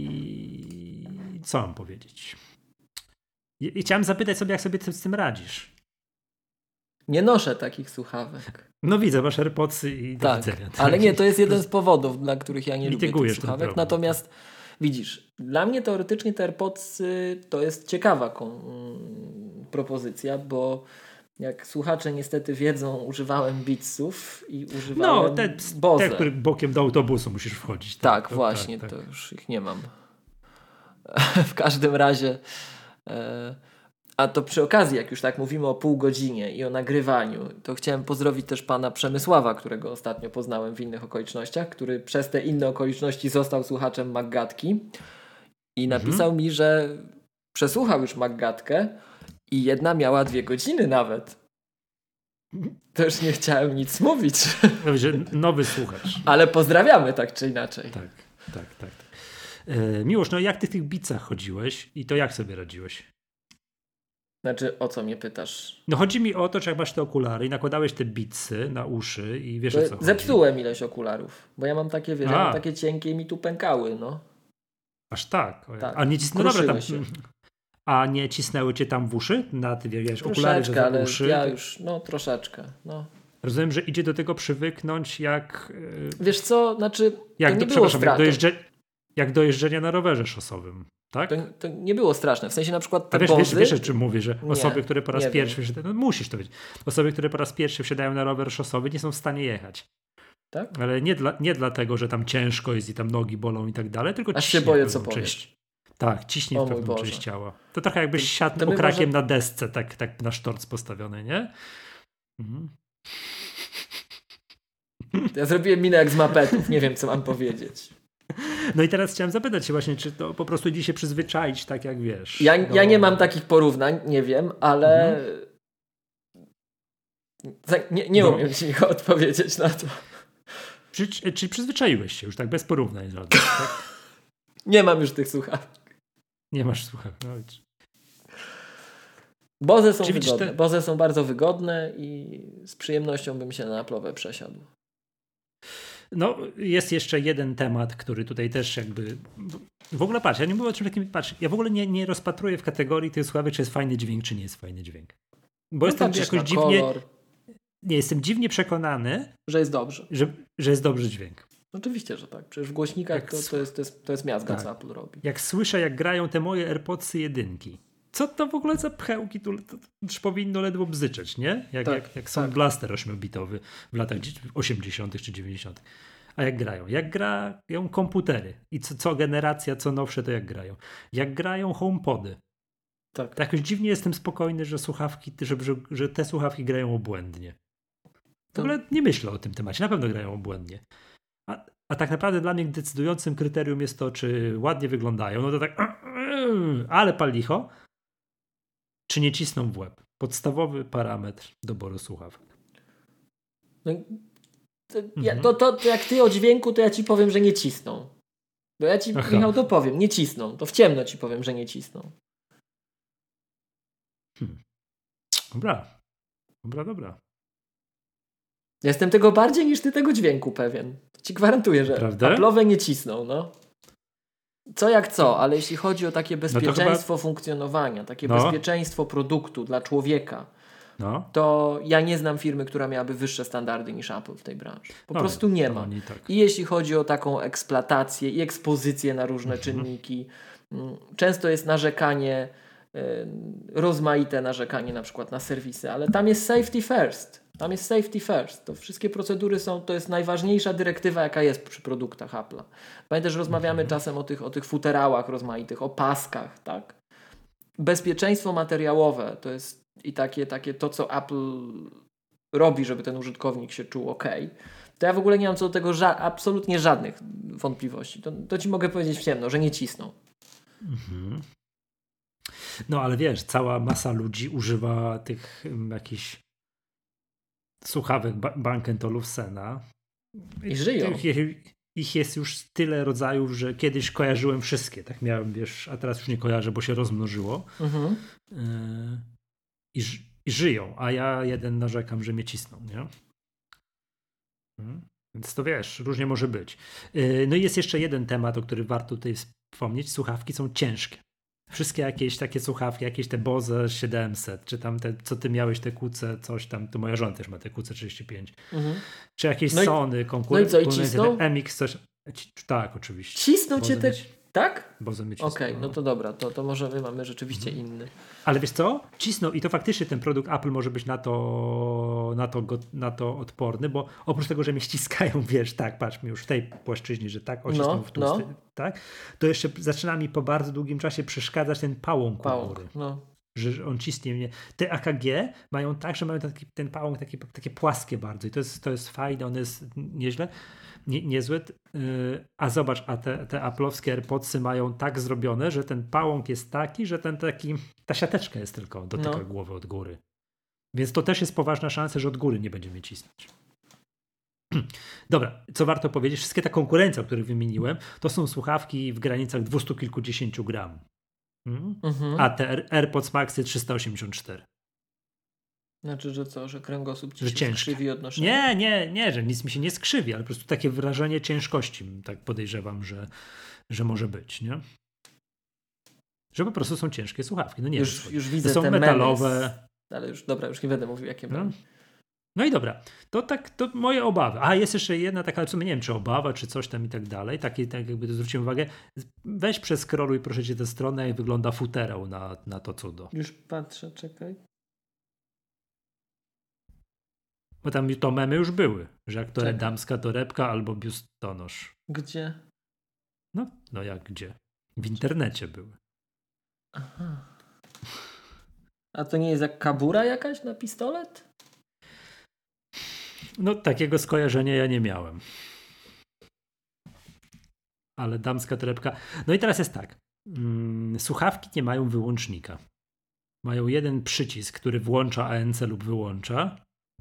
i co mam powiedzieć? I, I chciałem zapytać sobie, jak sobie ty z tym radzisz. Nie noszę takich słuchawek. No widzę, masz AirPodsy i do tak, widzenia. Tak, ale nie, to jest jeden z powodów, dla których ja nie lubię tych słuchawek. Problem, Natomiast tak. Widzisz, dla mnie teoretycznie te AirPodsy to jest ciekawa kon- propozycja, bo jak słuchacze niestety wiedzą, używałem Beatsów i używałem no, te, Boze. te, które bokiem do autobusu musisz wchodzić. Tak, tak to, właśnie, tak, tak. To już ich nie mam. W każdym razie e, a to przy okazji, jak już tak mówimy o pół godzinie i o nagrywaniu, to chciałem pozdrowić też pana Przemysława, którego ostatnio poznałem w innych okolicznościach, który przez te inne okoliczności został słuchaczem Maggatki i napisał mhm. mi, że przesłuchał już Maggatkę i jedna miała dwie godziny nawet. Też nie chciałem nic mówić. Że nowy słuchacz. Ale pozdrawiamy tak czy inaczej. Tak, tak, tak. tak. E, Miłosz, no jak ty w tych Beatsach chodziłeś i to jak sobie radziłeś? Znaczy, o co mnie pytasz? No chodzi mi o to, czy jak masz te okulary i nakładałeś te Beatsy na uszy i wiesz o co chodzi. Zepsułem ileś okularów, bo ja mam takie, wiesz, ja mam takie cienkie i mi tu pękały, no. Aż tak? tak. A nie cisnęły no dobra, tam, się. A nie cisnęły cię tam w uszy? Na ty wiesz, okulary, że ale uszy? ja już, no troszeczkę, no. Rozumiem, że idzie do tego przywyknąć jak... Wiesz co, znaczy jak to do, nie było jak do, jeżdże, jak do jeżdżenia na rowerze szosowym, tak? To, to nie było straszne, w sensie na przykład te A wiesz, Bozy... wiesz, wiesz o czym mówię, że nie, osoby, które po raz pierwszy wiem. wsiadają, no musisz to wiedzieć, osoby, które po raz pierwszy wsiadają na rower szosowy, nie są w stanie jechać. Tak? Ale nie, dla, nie dlatego, że tam ciężko jest i tam nogi bolą i tak dalej, tylko aż się boję, co powiesz. Tak, ciśnie w pewną część ciała. To trochę jakbyś siadł to, to okrakiem może... na desce, tak, tak na sztorc postawiony, nie? Mhm. Ja zrobiłem minę jak z mapetów, nie wiem co mam powiedzieć. No i teraz chciałem zapytać się właśnie, czy to po prostu idzie się przyzwyczaić, tak jak wiesz. Ja, do... ja nie mam takich porównań, nie wiem, ale mhm. nie, nie umiem no. ci odpowiedzieć na to. Czy, czy, czy przyzwyczaiłeś się już tak bez porównań żadnych, tak? Nie mam już tych słuchawek. Nie masz słuchawek. No. Boze są wygodne. Te... Boze są bardzo wygodne i z przyjemnością bym się na Apple'owe przesiadł. No, jest jeszcze jeden temat, który tutaj też jakby... W ogóle patrz, ja nie mówię o czym takim... Patrz, ja w ogóle nie, nie rozpatruję w kategorii tych słuchawek, czy jest fajny dźwięk, czy nie jest fajny dźwięk. Bo no jestem jakoś dziwnie... Kolor. Nie, jestem dziwnie przekonany... Że jest dobrze. Że, że jest dobry dźwięk. Oczywiście, że tak. Przecież w głośnikach to, to, jest, to, jest, to jest miazga, tak. co Apple robi. Jak słyszę, jak grają te moje AirPodsy jedynki, co to w ogóle za pchełki, tu to, to już powinno ledwo bzyczeć, nie? Jak, tak, jak, jak Sound tak. Blaster ośmiobitowy w latach osiemdziesiątych czy dziewięćdziesiątych. A jak grają? Jak grają komputery i co, co generacja, co nowsze, to jak grają. Jak grają HomePody. Tak. Tak jakoś dziwnie jestem spokojny, że słuchawki, że, że, że te słuchawki grają obłędnie. W ogóle nie myślę o tym temacie, na pewno grają obłędnie. A, a tak naprawdę dla mnie decydującym kryterium jest to, czy ładnie wyglądają. No to tak, ale pal licho, czy nie cisną w łeb. Podstawowy parametr doboru słuchawek. No, to, ja, to, to, to jak ty o dźwięku, to ja ci powiem, że nie cisną. Bo ja ci, Aha. Michał, to powiem, nie cisną. To w ciemno ci powiem, że nie cisną. Hmm. Dobra. Dobra, dobra. Jestem tego bardziej niż ty tego dźwięku pewien. Ci gwarantuję, że Prawda? Apple'owe nie cisną, no. Co jak co, ale jeśli chodzi o takie bezpieczeństwo no chyba... funkcjonowania, takie no. bezpieczeństwo produktu dla człowieka, no. to ja nie znam firmy, która miałaby wyższe standardy niż Apple w tej branży. Po no, prostu nie ma. No, tak. I jeśli chodzi o taką eksploatację i ekspozycję na różne mhm. czynniki, często jest narzekanie, rozmaite narzekanie na przykład na serwisy, ale tam jest safety first. Tam jest safety first. To wszystkie procedury są, to jest najważniejsza dyrektywa, jaka jest przy produktach Apple'a. Pamiętaj, że rozmawiamy mhm. czasem o tych, o tych futerałach rozmaitych, o paskach, tak? Bezpieczeństwo materiałowe to jest i takie, takie to, co Apple robi, żeby ten użytkownik się czuł ok. To ja w ogóle nie mam co do tego ża- absolutnie żadnych wątpliwości. To, to ci mogę powiedzieć w ciemno, że nie cisną. Mhm. No ale wiesz, cała masa ludzi używa tych um, jakichś słuchawek ba- Bang and Olufsena. I żyją. I, ich jest już tyle rodzajów, że kiedyś kojarzyłem wszystkie. Tak miałem, wiesz, a teraz już nie kojarzę, bo się rozmnożyło. Mhm. Yy, i, I żyją, a ja jeden narzekam, że mnie cisną, nie? Yy. Więc to wiesz, różnie może być. Yy, no i jest jeszcze jeden temat, o którym warto tutaj wspomnieć. Słuchawki są ciężkie. Wszystkie jakieś takie słuchawki, jakieś te Bose siedemset, czy tam te, co ty miałeś, te Q C, coś tam, to moja żona też ma te Q C trzydzieści pięć. Mhm. Czy jakieś no Sony, konkurencja. No i co, i cisną? M X coś. Tak, oczywiście. Cisną cię te... Tak? Bose mnie cisną. Okej, okay, no to dobra, to, to może my mamy rzeczywiście mhm. inny. Ale wiesz co? Cisną i to faktycznie ten produkt Apple może być na to, na to, na to odporny, bo oprócz tego, że mnie ściskają, wiesz, tak, patrz mi już w tej płaszczyźnie, że tak, ocisną no, w tłusty, no. tak, to jeszcze zaczyna mi po bardzo długim czasie przeszkadzać ten pałąk u góry. No. Że on cisnie mnie. Te A K G mają tak, że mają taki, ten pałąk taki, takie płaskie bardzo i to jest, to jest fajne, on jest nieźle. Nie, niezły, yy, a zobacz, a te, te Apple'owskie AirPodsy mają tak zrobione, że ten pałąk jest taki, że ten taki, ta siateczka jest tylko dotyka no. głowy od góry. Więc to też jest poważna szansa, że od góry nie będzie mnie cisnąć. Dobra, co warto powiedzieć, wszystkie te konkurencje, o których wymieniłem, to są słuchawki w granicach dwustu kilkudziesięciu gram. Hmm? Mhm. A te AirPods Maxy trzysta osiemdziesiąt cztery. Znaczy, że co, że kręgosłup ci że się ciężki. skrzywi od noszenia? Nie, nie, nie, że nic mi się nie skrzywi, ale po prostu takie wrażenie ciężkości, tak podejrzewam, że, że może być, nie? Że po prostu są ciężkie słuchawki. No nie już, wiem, już widzę są te metalowe. Z... Ale już, dobra, już nie będę mówił, jakie mam. No. no i dobra, to tak, to moje obawy. A jest jeszcze jedna taka, co nie wiem, czy obawa, czy coś tam i tak dalej. Takie, tak jakby to zwróciłem uwagę. Weź przeskroluj proszę cię tę stronę, jak wygląda futerał na, na to cudo. Już patrzę, czekaj. Bo tam to memy już były, że jak to damska torebka albo biustonosz. Gdzie? No, no jak gdzie? W internecie były. Aha. A to nie jest jak kabura jakaś na pistolet? No takiego skojarzenia ja nie miałem. Ale damska torebka. No i teraz jest tak. Mm, słuchawki nie mają wyłącznika. Mają jeden przycisk, który włącza A N C lub wyłącza.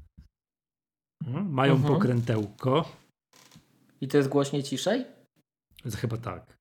Mają mhm. pokrętełko. I to jest głośniej ciszej? Chyba tak.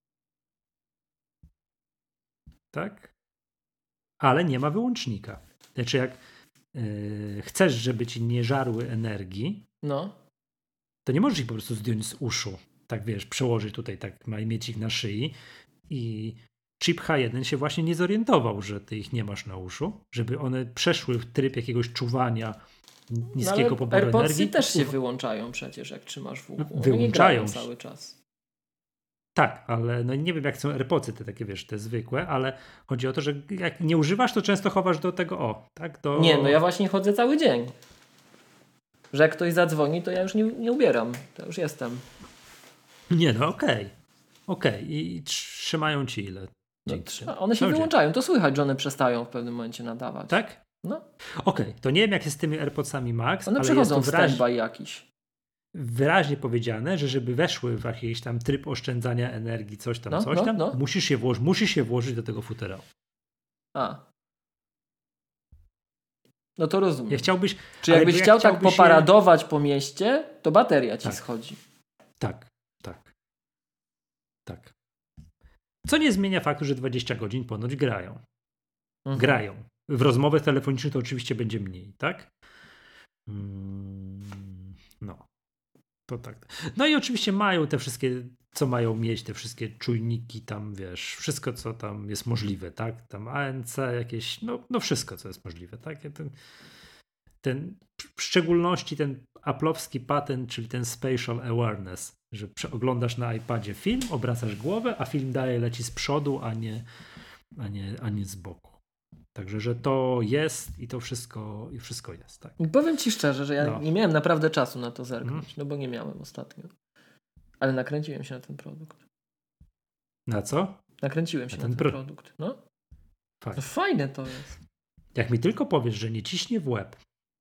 Tak? Ale nie ma wyłącznika. Znaczy jak yy, chcesz, żeby ci nie żarły energii, no. to nie możesz ich po prostu zdjąć z uszu. Tak wiesz, przełożyć tutaj, tak ma mieć ich na szyi i chip H jeden się właśnie nie zorientował, że ty ich nie masz na uszu, żeby one przeszły w tryb jakiegoś czuwania niskiego no, poboru AirPodsy energii. też się wyłączają przecież, jak trzymasz w uchu. Wyłączają nie cały czas. Tak, ale no nie wiem, jak są AirPodsy te takie, wiesz, te zwykłe, ale chodzi o to, że jak nie używasz, to często chowasz do tego, o, tak? Do... Nie, no ja właśnie chodzę cały dzień. Że jak ktoś zadzwoni, to ja już nie, nie ubieram. To już jestem. Nie, no okej. Okay. Okej. Okay. I trzymają ci ile? No, trzyma. One się no, wyłączają. To słychać, że one przestają w pewnym momencie nadawać. Tak? No. Okej. Okay. To nie wiem, jak jest z tymi AirPodsami Max, one ale przechodzą jest w standby jakiś. Wyraźnie powiedziane, że żeby weszły w jakiś tam tryb oszczędzania energii, coś tam, no, coś no, tam, no. Musisz, je włożyć, musisz się włożyć do tego futerału. A. No to rozumiem. Ja chciałbyś, Czy jakbyś jak chciał tak poparadować je... po mieście, to bateria ci tak. schodzi. Tak, tak. Tak. Co nie zmienia faktu, że dwadzieścia godzin ponoć grają. Mhm. Grają. W rozmowach telefonicznych to oczywiście będzie mniej, tak? Mm, no. To tak. No i oczywiście mają te wszystkie, co mają mieć, te wszystkie czujniki tam, wiesz, wszystko, co tam jest możliwe, tak? Tam A N C jakieś, no, no wszystko, co jest możliwe, tak? Ten, ten, w szczególności ten Apple'owski patent, czyli ten spatial awareness, że oglądasz na iPadzie film, obracasz głowę, a film dalej leci z przodu, a nie, a nie, a nie z boku. Także, że to jest i to wszystko, i wszystko jest. Tak. I powiem ci szczerze, że ja no. nie miałem naprawdę czasu na to zerknąć, mm. no bo nie miałem ostatnio. Ale nakręciłem się na ten produkt. Na co? Nakręciłem się na ten, na ten pro... produkt. No. Fajne. No fajne to jest. Jak mi tylko powiesz, że nie ciśnie w łeb,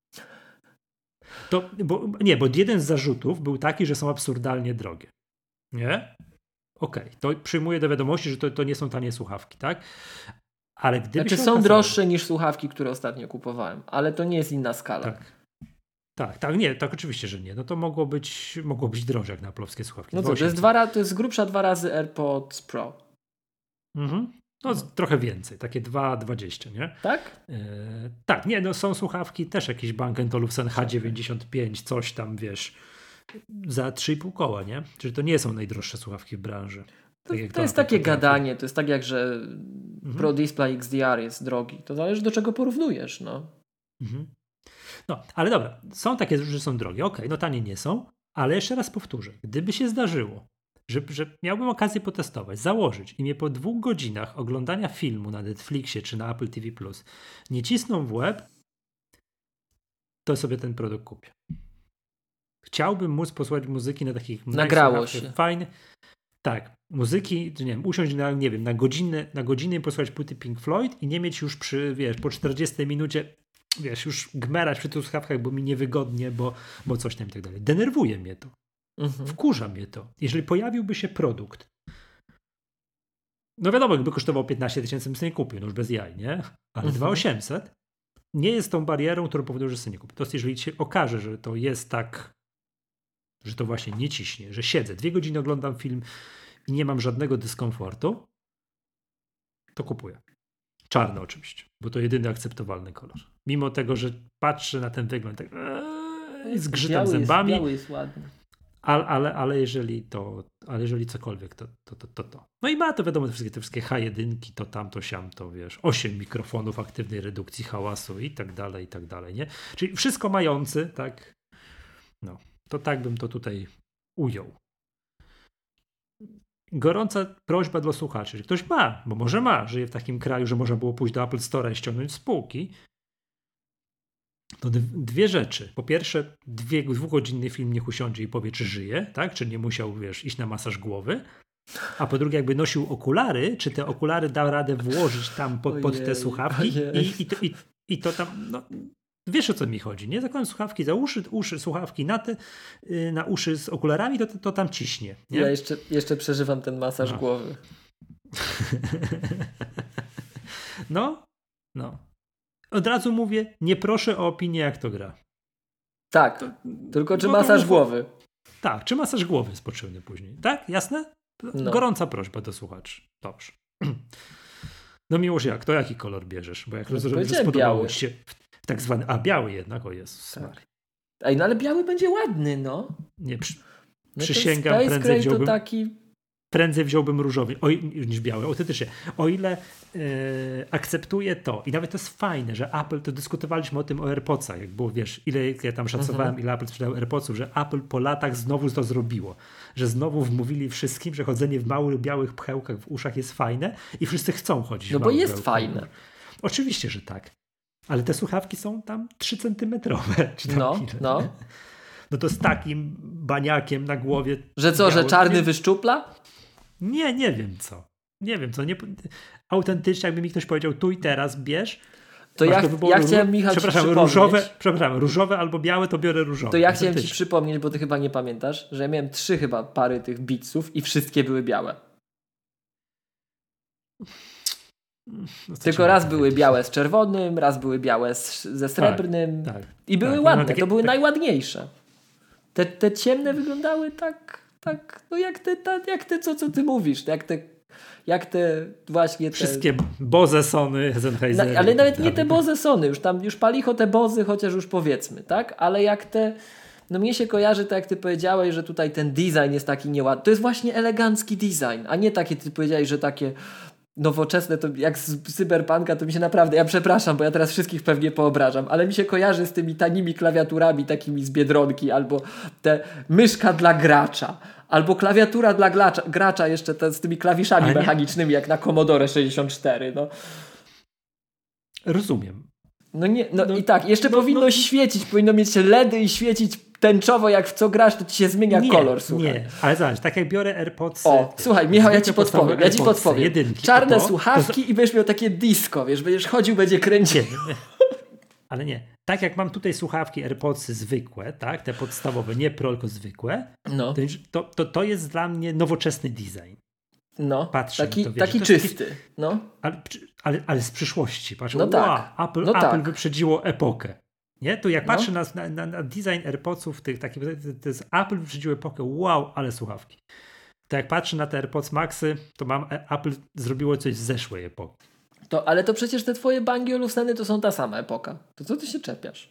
to, bo, nie, bo jeden z zarzutów był taki, że są absurdalnie drogie. Nie? Okej, okay. To przyjmuję do wiadomości, że to, to nie są tanie słuchawki, tak? Ale gdyby znaczy są okazało... droższe niż słuchawki, które ostatnio kupowałem, ale to nie jest inna skala. Tak. Tak, tak, nie, tak oczywiście, że nie. No to mogło być, mogło być drożej jak na aplowskie słuchawki. No co, to jest, dwa, to jest z grubsza dwa razy AirPods Pro. Mhm. No, no trochę więcej, takie dwa dwadzieścia, nie? Tak? Yy, tak, nie, no są słuchawki też jakieś Bang and Olufsen H dziewięćdziesiąt pięć, coś tam, wiesz, za trzy i pół koła, nie? Czyli to nie są najdroższe słuchawki w branży. To, tak to jest takie gadanie, to jest tak jak, że mhm. Pro Display X D R jest drogi. To zależy do czego porównujesz, no. Mhm. No, ale dobra, są takie, że są drogie, okej, okay, no tanie nie są, ale jeszcze raz powtórzę, gdyby się zdarzyło, że, że miałbym okazję potestować, założyć i mnie po dwóch godzinach oglądania filmu na Netflixie czy na Apple T V Plus nie cisną w łeb, to sobie ten produkt kupię. Chciałbym móc posłuchać muzyki na takich nagrało się fajnych, tak, muzyki, nie wiem, usiąść na, nie wiem, na godzinę, na godzinę i posłuchać płyty Pink Floyd i nie mieć już przy, wiesz, po czterdziestej minucie, wiesz, już gmerać przy tych słuchawkach, bo mi niewygodnie, bo, bo coś tam i tak dalej. Denerwuje mnie to. Mhm. Wkurza mnie to. Jeżeli pojawiłby się produkt, no wiadomo, jakby kosztował piętnaście tysięcy, bym sobie nie kupił, no już bez jaj, nie? Ale mhm. dwa tysiące osiemset nie jest tą barierą, którą powoduje, że sobie nie kupię. To jest, jeżeli się okaże, że to jest tak, że to właśnie nie ciśnie, że siedzę, dwie godziny oglądam film i nie mam żadnego dyskomfortu, to kupuję. Czarny oczywiście, bo to jedyny akceptowalny kolor. Mimo tego, że patrzę na ten wygląd tak ee, zgrzytam zębami. Jest, biały jest ładny. Ale, ale, ale jeżeli to, ale jeżeli cokolwiek, to to, to, to to. No i ma to wiadomo, te wszystkie, te wszystkie H jeden, to tamto, siam, to wiesz, osiem mikrofonów aktywnej redukcji hałasu i tak dalej, i tak dalej, nie? Czyli wszystko mający, tak? No, to tak bym to tutaj ujął. Gorąca prośba dla słuchaczy. Jeżeli ktoś ma, bo może ma, żyje w takim kraju, że można było pójść do Apple Store'a i ściągnąć spółki, to dwie rzeczy. Po pierwsze, dwie, dwugodzinny film niech usiądzie i powie, czy żyje, tak? Czy nie musiał, wiesz, iść na masaż głowy. A po drugie, jakby nosił okulary, czy te okulary da radę włożyć tam pod, pod te słuchawki i, i, to, i, i to tam, no, wiesz o co mi chodzi, nie? Zakładam słuchawki za uszy, uszy słuchawki na te, na uszy z okularami, to, to tam ciśnie. Nie? Ja jeszcze, jeszcze przeżywam ten masaż no. głowy. no, no. Od razu mówię, nie proszę o opinię, jak to gra. Tak, to, tylko czy masaż to, głowy. Tak, czy masaż głowy jest potrzebny później. Tak? Jasne? No. Gorąca prośba do słuchaczy. Dobrze. No Miłosz, jak? To jaki kolor bierzesz? Bo jak no, rozumiem, że spodobało ci się w tak zwany... A, biały jednak, o Jezus. Tak. Ej, no ale biały będzie ładny, no. Nie, przy, no przysięgam, prędzej wziąłbym... To taki... Prędzej wziąłbym różowy o, niż biały, autentycznie. O ile yy, akceptuję to i nawet to jest fajne, że Apple, to dyskutowaliśmy o tym o AirPodsach, jak było, wiesz, ile ja tam szacowałem, mhm. ile Apple sprzedał AirPodsów, że Apple po latach znowu to zrobiło, że znowu wmówili wszystkim, że chodzenie w małych, białych pchełkach w uszach jest fajne i wszyscy chcą chodzić no w bo małych, jest fajne. Oczywiście, że tak. Ale te słuchawki są tam trzy centymetrowe. Czy tam no, ile, no. No to z takim baniakiem na głowie. Że co, białym, że czarny nie... wyszczupla? Nie, nie wiem co. Nie wiem co. Nie... Autentycznie, jakby mi ktoś powiedział tu i teraz bierz. To ja, ja chciałem, Michał, przepraszam, ci różowe, przepraszam, różowe albo białe, to biorę różowe. To ja chciałem ci przypomnieć, bo ty chyba nie pamiętasz, że ja miałem trzy chyba pary tych Beatsów i wszystkie były białe. No Tylko raz były białe z czerwonym, raz były białe z, ze srebrnym tak, tak, i były tak, ładne, takie, to były tak. najładniejsze. Te, te ciemne wyglądały tak, tak no jak te, ta, jak te co, co ty mówisz, jak te, jak te właśnie te... Wszystkie Bose Sony, Sennheisery. No, ale nawet nie te Bose Sony, już tam już palicho te Bozy, chociaż już powiedzmy, tak? Ale jak te, no mnie się kojarzy tak jak ty powiedziałeś, że tutaj ten design jest taki nieładny. To jest właśnie elegancki design, a nie takie, ty powiedziałeś, że takie nowoczesne, to jak z cyberpunka, to mi się naprawdę, ja przepraszam, bo ja teraz wszystkich pewnie poobrażam, ale mi się kojarzy z tymi tanimi klawiaturami takimi z Biedronki, albo te myszka dla gracza, albo klawiatura dla gracza, gracza jeszcze te, z tymi klawiszami mechanicznymi, jak na Commodore sześćdziesiąt cztery, no. Rozumiem. No nie, no, no i tak, jeszcze no, powinno no, świecić, powinno mieć LEDy i świecić tęczowo, jak w co grasz, to ci się zmienia nie, kolor, słuchaj. Nie, ale zobacz, tak jak biorę AirPodsy... O, słuchaj, Michał, ja ci podpowiem, ja ci podpowiem. Jedynki, Czarne to, słuchawki to... i będziesz miał takie disco, wiesz, będziesz chodził, będzie kręcił. Ale nie, tak jak mam tutaj słuchawki AirPodsy zwykłe, tak, te podstawowe, nie Pro, tylko zwykłe, no. to, to, to jest dla mnie nowoczesny design. No, Patrzę taki, to, wiesz, taki to czysty. Taki, no. ale, ale, ale z przyszłości. Patrzę, no wow, tak. Apple, no Apple tak. wyprzedziło epokę. Nie? To jak No. patrzę na, na, na design AirPodsów, tych, takich, to jest Apple wyprzedziło epokę, wow, ale słuchawki. To jak patrzę na te AirPods Maxy, to mam, Apple zrobiło coś z zeszłej epoki. To, ale to przecież te twoje Bangi Oluseny to są ta sama epoka. To co ty się czepiasz?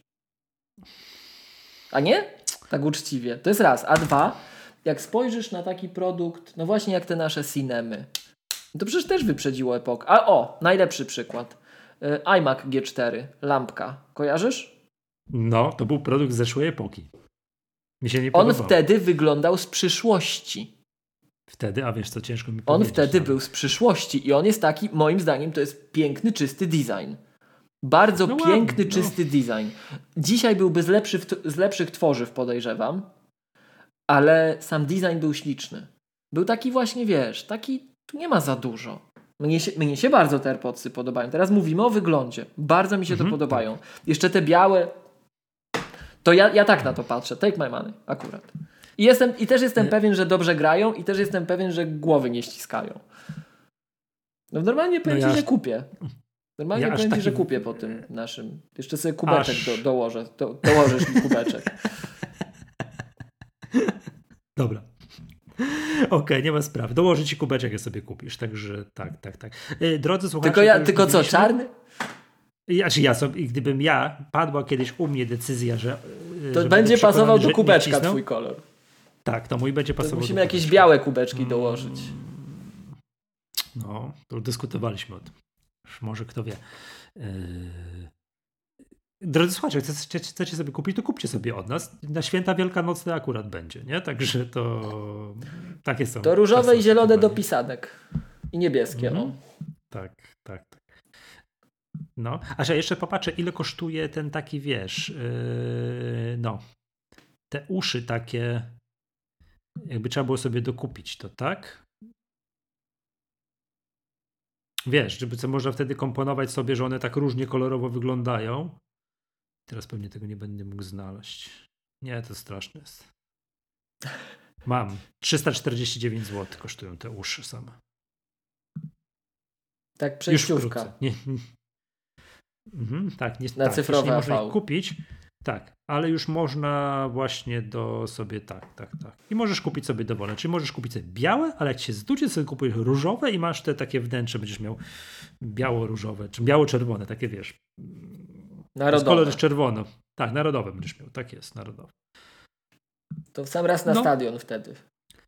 A nie? Tak uczciwie. To jest raz. A dwa, jak spojrzysz na taki produkt, no właśnie jak te nasze Cinemy, to przecież też wyprzedziło epokę. A o, najlepszy przykład. Y, iMac G cztery, lampka. Kojarzysz? No, to był produkt z zeszłej epoki. Mi się nie On podobał. wtedy wyglądał z przyszłości. Wtedy, a wiesz co, ciężko mi On powiedzieć. wtedy ale... był z przyszłości i on jest taki, moim zdaniem, to jest piękny, czysty design. Bardzo no piękny, ładny, czysty no. design. Dzisiaj byłby z, lepszy, z lepszych tworzyw, podejrzewam, ale sam design był śliczny. Był taki właśnie, wiesz, taki, tu nie ma za dużo. Mnie się, mnie się bardzo te AirPodsy podobają. Teraz mówimy o wyglądzie. Bardzo mi się Mhm, to podobają. Jeszcze te białe, to ja, ja tak na to patrzę. Take my money, akurat. I, jestem, I też jestem Nie. pewien, że dobrze grają i też jestem pewien, że głowy nie ściskają. No normalnie powiem No ci, ja- że kupię. Normalnie ja aż powiem ci, taki- że kupię po tym naszym. Jeszcze sobie kubeczek Aż- do, dołożę. Do, dołożysz mi kubeczek. Dobra. Okej, okay, nie ma sprawy. Dołożę ci kubeczek, jak sobie kupisz. Także tak, tak, tak. Yy, drodzy słuchacze... Tylko, to ja, już tylko co, mówiliśmy. czarny? Ja, czy ja sobie, gdybym ja, padła kiedyś u mnie decyzja, że... yy, To że będzie będę pasował przekonany, do że nie kubeczka wcisną. twój kolor. Tak, to mój będzie To pasował musimy do jakieś kubeczka. białe kubeczki dołożyć. No, to już dyskutowaliśmy o tym. Już może kto wie. Yy... Drodzy słuchacze, chcecie, chcecie sobie kupić, to kupcie sobie od nas. Na święta wielkanocne akurat będzie, nie? Także to takie są. To różowe czasy i zielone do oczekiwania. pisanek. I niebieskie, Mhm. o. Tak, tak, tak. No, a że jeszcze popatrzę, ile kosztuje ten taki, wiesz, yy, no, te uszy takie, jakby trzeba było sobie dokupić to, tak? Wiesz, żeby co można wtedy komponować sobie, że one tak różnie kolorowo wyglądają. Teraz pewnie tego nie będę mógł znaleźć. Nie, to straszne jest. Mam. trzysta czterdzieści dziewięć złotych kosztują te uszy same. Tak Już przejściówka. wkrótce. Nie, nie. Mhm, tak, nie, Na tak, cyfrowe nie można A V. ich kupić. Tak, ale już można właśnie do sobie, tak, tak, tak. I możesz kupić sobie dowolne. Czyli możesz kupić sobie białe, ale jak ci się zdudzie, sobie kupujesz różowe i masz te takie wnętrze, będziesz miał biało-różowe, czy biało-czerwone, takie wiesz. Narodowe. Kolor jest czerwono. Tak, narodowe będziesz miał. Tak jest, narodowe. To w sam raz na No. stadion wtedy.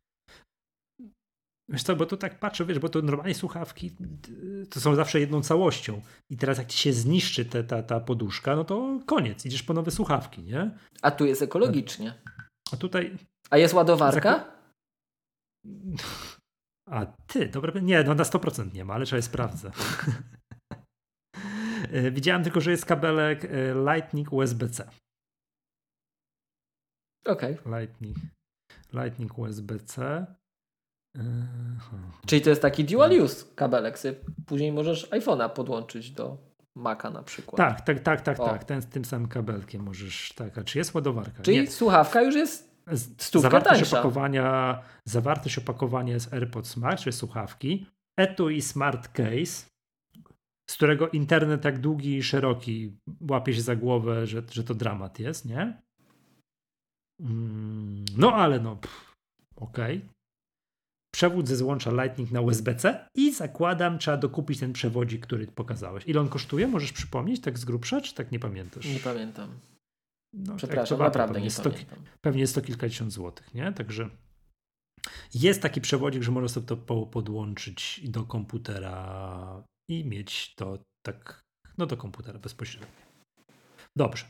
Wiesz co, bo to tak patrzę, wiesz, bo to normalnie słuchawki to są zawsze jedną całością. I teraz jak ci się zniszczy te, ta, ta poduszka, no to koniec. Idziesz po nowe słuchawki, nie? A tu jest ekologicznie. A tutaj... A jest ładowarka? A ty, dobra, nie, no na sto procent nie ma, ale trzeba je sprawdzę. Widziałem tylko, że jest kabelek Lightning U S B C. Okej. Okay. Lightning, Lightning U S B C. Czyli to jest taki dual use kabelek. Sobie później możesz iPhone'a podłączyć do Maca na przykład. Tak, tak, tak, tak, O. tak. Ten z tym samym kabelkiem możesz, tak. A czy jest ładowarka? Czyli nie. słuchawka już jest stówkę Zawartość tańsza. opakowania, zawartość opakowania jest AirPods Max, czyli słuchawki. Etui Smart Case, z którego internet tak długi i szeroki łapie się za głowę, że, że to dramat jest, nie? Mm, no ale no, pff, okej. Okay. Przewód ze złącza Lightning na U S B C i zakładam, trzeba dokupić ten przewodzik, który pokazałeś. Ile on kosztuje? Możesz przypomnieć tak z grubsza, czy tak nie pamiętasz? Nie pamiętam. No, Przepraszam, tak, naprawdę pewnie nie sto, pamiętam. Pewnie jest to kilkadziesiąt złotych, nie? Także jest taki przewodzik, że można sobie to po, podłączyć do komputera i mieć to tak, no do komputera bezpośrednio. Dobrze.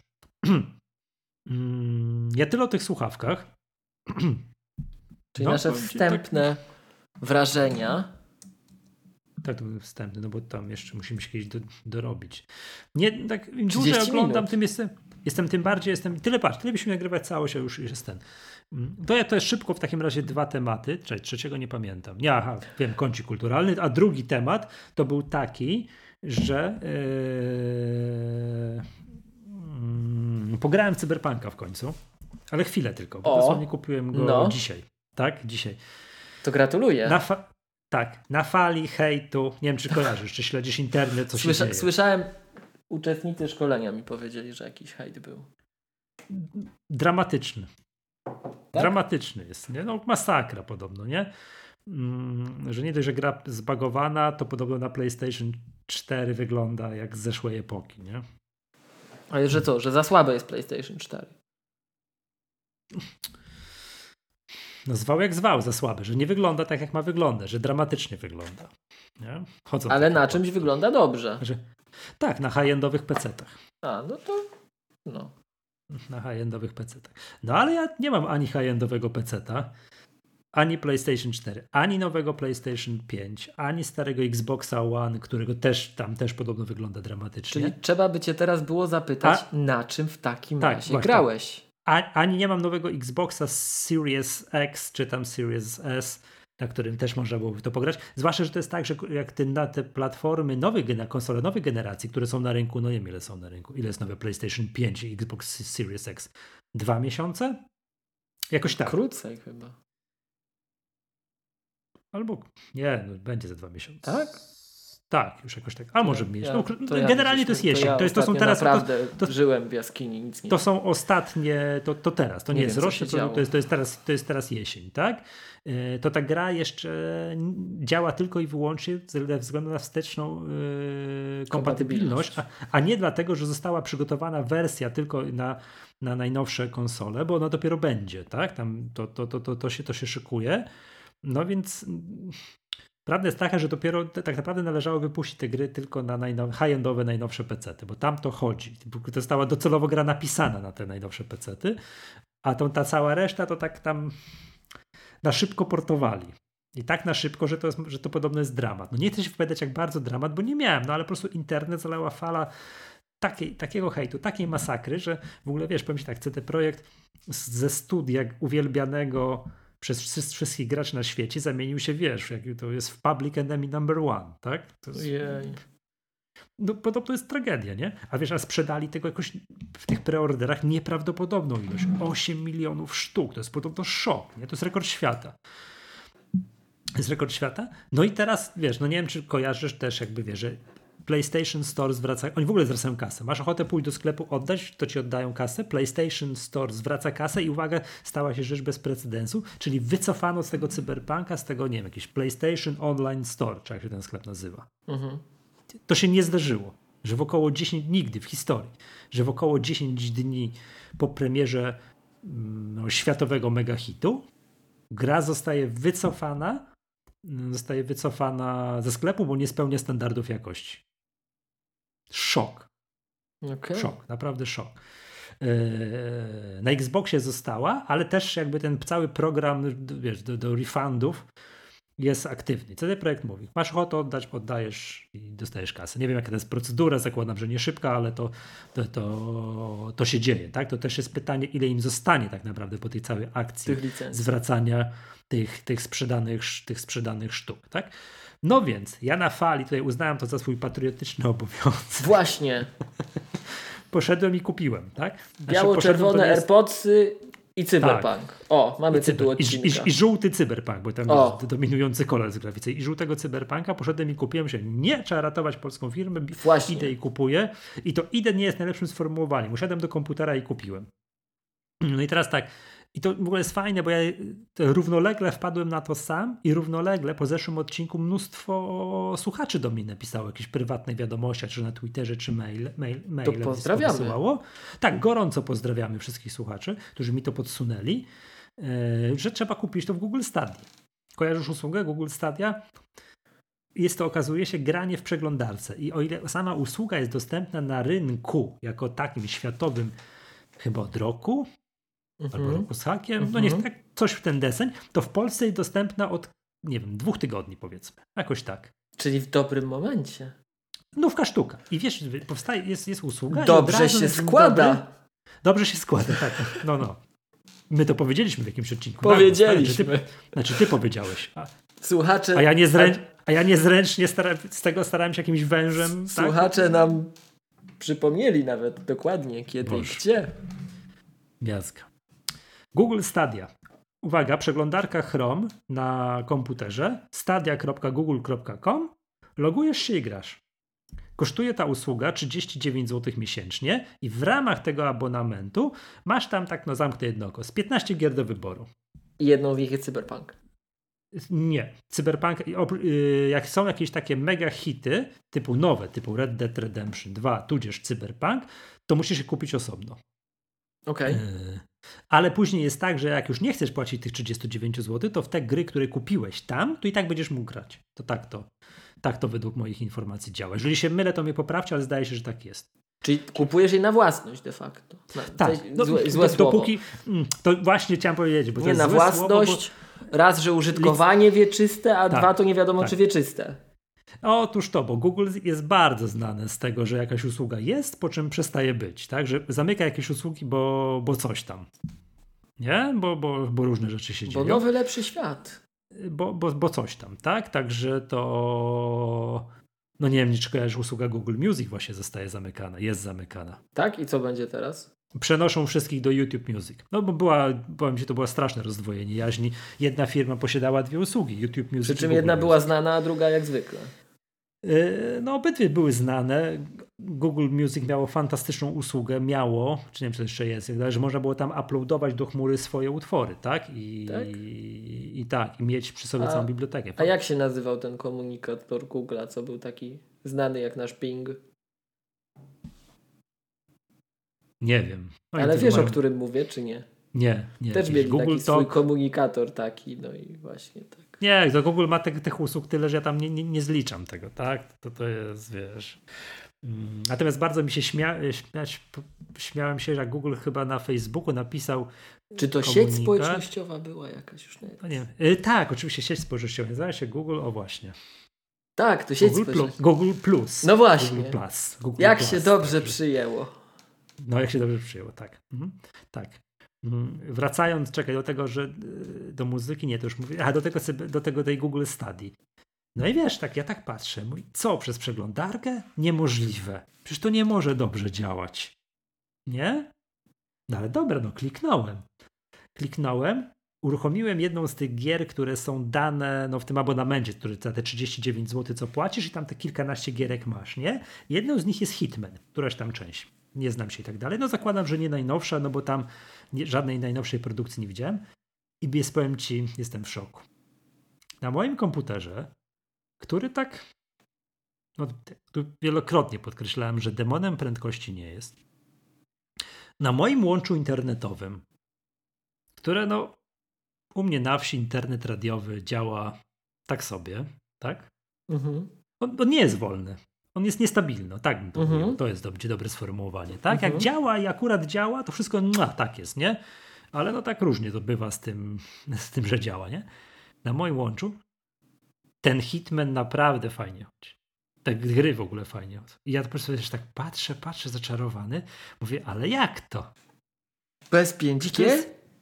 Ja tyle o tych słuchawkach. Czyli no, nasze wstępne tak... wrażenia. Tak, to był wstępny, no bo tam jeszcze musimy się kiedyś do, dorobić. Nie, tak im dłużej oglądam, minut. tym jestem, jestem tym bardziej, jestem, tyle patrz, tyle byśmy nagrywać całość, a już jest ten. To ja to jest szybko w takim razie dwa tematy, czyli trzeciego nie pamiętam. Nie, aha, wiem, kącik kulturalny, a drugi temat to był taki, że yy, yy, pograłem w Cyberpunka w końcu, ale chwilę tylko, bo dosłownie kupiłem go no. dzisiaj. Tak, dzisiaj. To gratuluję. Na fa- tak, na fali hejtu, nie wiem czy kojarzysz, czy śledzisz internet, co Słysza- się dzieje. Słyszałem, uczestnicy szkolenia mi powiedzieli, że jakiś hejt był. Dramatyczny. Tak? Dramatyczny jest, nie? No masakra podobno, nie? Mm, że nie dość, że gra zbagowana, to podobno na PlayStation cztery wygląda jak z zeszłej epoki, nie? Ale że co, że za słabe jest PlayStation cztery? No zwał jak zwał, za słabe, że nie wygląda tak jak ma wyglądać, że dramatycznie wygląda. Nie? Chodzą Ale na takie czymś płatki. wygląda dobrze. Że, tak, na high-endowych pecetach. A, no to no. Na high-endowych pecetach. No ale ja nie mam ani high-endowego peceta, ani PlayStation cztery, ani nowego PlayStation pięć, ani starego Xboxa One, którego też tam też podobno wygląda dramatycznie. Czyli trzeba by cię teraz było zapytać, A? na czym w takim Tak, razie właśnie. grałeś? A, ani nie mam nowego Xboxa Series X, czy tam Series S, na którym też można byłoby to pograć. Zwłaszcza, że to jest tak, że jak ty na te platformy nowych, na konsole nowej generacji, które są na rynku, no nie wiem ile są na rynku, ile jest nowe PlayStation pięć i Xbox Series X? Dwa miesiące? Jakoś tak. Krócej chyba. Albo nie, no będzie za dwa miesiące. Tak? Tak, już jakoś tak. A może Ja- mieć. ja- No, to ja generalnie to widzisz, jest jesień. ja To, jest, to są ostatnio teraz. To, naprawdę to- żyłem w jaskini, nic nie to są ostatnie, to, to teraz, to nie, Nie jest wiem, co roczny się produkt, działo. to jest, to, jest teraz, to jest teraz jesień, tak? Yy, To ta gra jeszcze działa tylko i wyłącznie ze względu na wsteczną yy, kompatybilność, a, a nie dlatego, że została przygotowana wersja tylko na, na najnowsze konsole, bo ona dopiero będzie, tak? Tam to, to, to, to, to, się, to się szykuje. No więc mm, prawda jest taka, że dopiero t- tak naprawdę należało wypuścić te gry tylko na najnow- high-endowe, najnowsze pecety, bo tam to chodzi. Została docelowo gra napisana na te najnowsze pecety, a tą, ta cała reszta to tak tam na szybko portowali. I tak na szybko, że to, jest, że to podobno jest dramat. No nie chcę się wypowiadać jak bardzo dramat, bo nie miałem, no ale po prostu internet zalała fala takiej, takiego hejtu, takiej masakry, że w ogóle wiesz, powiem ci tak, C D Projekt z- ze studia uwielbianego przez wszys- wszystkich graczy na świecie zamienił się, wiesz, jak to jest w public enemy number one, tak? To jest, Ojej. no podobno jest tragedia, nie? A wiesz, a sprzedali tego jakoś w tych preorderach nieprawdopodobną ilość. osiem milionów sztuk. To jest podobno szok, nie? To jest rekord świata. To jest rekord świata. No i teraz, wiesz, no nie wiem, czy kojarzysz też jakby, wiesz, że PlayStation Store zwraca, oni w ogóle zwracają kasę. Masz ochotę pójść do sklepu oddać, to ci oddają kasę. PlayStation Store zwraca kasę i uwaga, stała się rzecz bez precedensu, czyli wycofano z tego cyberpunka, z tego, nie wiem, jakiś PlayStation Online Store, czy jak się ten sklep nazywa. Mhm. To się nie zdarzyło, że w około dziesięć, nigdy w historii, że w około dziesięć dni po premierze no, światowego megahitu gra zostaje wycofana, zostaje wycofana ze sklepu, bo nie spełnia standardów jakości. Szok. Okay. Szok, naprawdę szok. Yy, na Xboxie została, ale też jakby ten cały program, wiesz, do, do refundów jest aktywny. C D Projekt mówi, masz ochotę oddać, oddajesz i dostajesz kasę. Nie wiem, jaka to jest procedura, zakładam, że nie szybka, ale to, to, to, to się dzieje. Tak? To też jest pytanie, ile im zostanie tak naprawdę po tej całej akcji Tych licencji. zwracania tych, tych, sprzedanych, tych sprzedanych sztuk. Tak? No więc, ja na fali tutaj uznałem to za swój patriotyczny obowiązek. Właśnie. Poszedłem i kupiłem, tak? Znaczy, Biało-czerwone poszedłem, to jest- AirPodsy i Cyberpunk. O, mamy I, tytuł cyber, i, odcinka. i, I żółty cyberpunk, bo tam O. jest dominujący kolor z grafice. I żółtego cyberpunka poszedłem i kupiłem się. Nie, trzeba ratować polską firmę. Właśnie. Idę i kupuję. I to idę nie jest najlepszym sformułowaniem. Usiadłem do komputera i kupiłem. No i teraz tak. I to w ogóle jest fajne, bo ja równolegle wpadłem na to sam i równolegle po zeszłym odcinku mnóstwo słuchaczy do mnie napisało jakieś prywatne wiadomości, czy na Twitterze, czy mail, mail, maile. To pozdrawiamy. wysyłało. Tak, gorąco pozdrawiamy wszystkich słuchaczy, którzy mi to podsunęli, yy, że trzeba kupić to w Google Stadia. Kojarzysz usługę Google Stadia? Jest to, okazuje się, granie w przeglądarce. I o ile sama usługa jest dostępna na rynku jako takim światowym chyba od roku, Mhm. albo roku z hakiem, Mhm. no nie tak, coś w ten deseń, to w Polsce jest dostępna od, nie wiem, dwóch tygodni powiedzmy. Jakoś tak. Czyli w dobrym momencie. Nówka sztuka. I wiesz, powstaje, jest, jest usługa. i Dobrze od razu się na dzień składa. Dobry, dobrze się składa, tak. No, no. My to powiedzieliśmy w jakimś odcinku. Powiedzieliśmy. Znaczy ty, znaczy ty powiedziałeś. A, Słuchacze, a ja niezręcz, a ja niezręcznie stara, z tego starałem się jakimś wężem. Tak? słuchacze nam przypomnieli nawet dokładnie kiedy Boże. i gdzie. Miazga. Google Stadia. Uwaga, przeglądarka Chrome na komputerze, stadia kropka google kropka com, logujesz się i grasz. kosztuje ta usługa trzydzieści dziewięć złotych miesięcznie i w ramach tego abonamentu masz tam tak no zamknę jedno oko, z piętnaście gier do wyboru. I jedną z nich jest Cyberpunk. Nie. Cyberpunk, jak są jakieś takie mega hity, typu nowe, typu Red Dead Redemption dwa, tudzież Cyberpunk, to musisz je kupić osobno. Okej. Okay. Yy, ale później jest tak, że jak już nie chcesz płacić tych trzydzieści dziewięć złotych, to w te gry, które kupiłeś tam, to i tak będziesz mógł grać. To tak to, tak to według moich informacji działa. Jeżeli się mylę, to mnie poprawcie, ale zdaje się, że tak jest. Czyli kupujesz jej na własność de facto. Na, tak. No, złe, złe do, dopóki, to właśnie chciałem powiedzieć. Bo to nie jest na złe własność, słowo, bo... raz, że użytkowanie wieczyste, a tak, dwa to nie wiadomo tak. czy wieczyste. Otóż to, bo Google jest bardzo znane z tego, że jakaś usługa jest, po czym przestaje być. Tak? Że zamyka jakieś usługi, bo, bo coś tam. Nie? Bo, bo, bo różne rzeczy się bo dzieją. Bo nowy, lepszy świat. Bo, bo, bo coś tam, tak? Także to... No nie wiem, czy kojarzysz, usługa Google Music właśnie zostaje zamykana, jest zamykana. Tak? I co będzie teraz? Przenoszą wszystkich do YouTube Music. No bo była, powiem ci, to było straszne rozdwojenie jaźni. Jedna firma posiadała dwie usługi, YouTube Music. Przy czym jedna Music. była znana, a druga jak zwykle. Yy, no obydwie były znane. Google Music miało fantastyczną usługę, miało, czy nie wiem, czy to jeszcze jest, że można było tam uploadować do chmury swoje utwory, tak? I tak, i, i, tak, i mieć przy sobie a, całą bibliotekę. A jak się nazywał ten komunikator Google'a, co był taki znany jak nasz Ping? Nie wiem. Oni Ale wiesz, mają... o którym mówię, czy nie? Nie, nie. Też mieli Google taki swój komunikator taki, no i właśnie tak. Nie, to Google ma te, tych usług tyle, że ja tam nie, nie, nie zliczam tego, tak? To, to jest, wiesz... Mm. Natomiast bardzo mi się śmia... śmiać, śmiałem się, że Google chyba na Facebooku napisał Czy to komunikat. Sieć społecznościowa była jakaś już? Nie, no nie wiem. Tak, oczywiście sieć społecznościowa. Nazywa się Google, o właśnie. Tak, to sieć Google społecznościowa. Google Plus. No właśnie. Google Plus. Google jak Plus, się dobrze tak, przyjęło. No jak się dobrze przyjęło, tak. Mhm. Tak. Wracając, czekaj, do tego, że do muzyki, nie, to już mówię, a do tego, do tego tej Google Study. No i wiesz, tak ja tak patrzę, mój, co, przez przeglądarkę? Niemożliwe. Przecież to nie może dobrze działać. Nie? No ale dobra, no kliknąłem. Kliknąłem, uruchomiłem jedną z tych gier, które są dane no, w tym abonamencie, który za te trzydzieści dziewięć złotych co płacisz i tam te kilkanaście gierek masz, nie? Jedną z nich jest Hitman, któraś tam część. Nie znam się i tak dalej. No zakładam, że nie najnowsza, no bo tam nie, żadnej najnowszej produkcji nie widziałem. I jest, powiem ci, jestem w szoku. Na moim komputerze, który tak no, tu wielokrotnie podkreślałem, że demonem prędkości nie jest. Na moim łączu internetowym, które no u mnie na wsi internet radiowy działa tak sobie, tak? Mhm. On, on nie jest wolny. On jest niestabilny, tak bym to mhm. mówił. To jest dobre, dobre sformułowanie. Tak? Mhm. Jak działa i akurat działa, to wszystko no, tak jest, nie? Ale no tak różnie to bywa z tym, z tym, że działa, nie? Na moim łączu ten Hitman naprawdę fajnie chodzi. Te gry w ogóle fajnie chodzą. I ja po prostu też tak patrzę, patrzę zaczarowany. Mówię, ale jak to? Bez pięć G?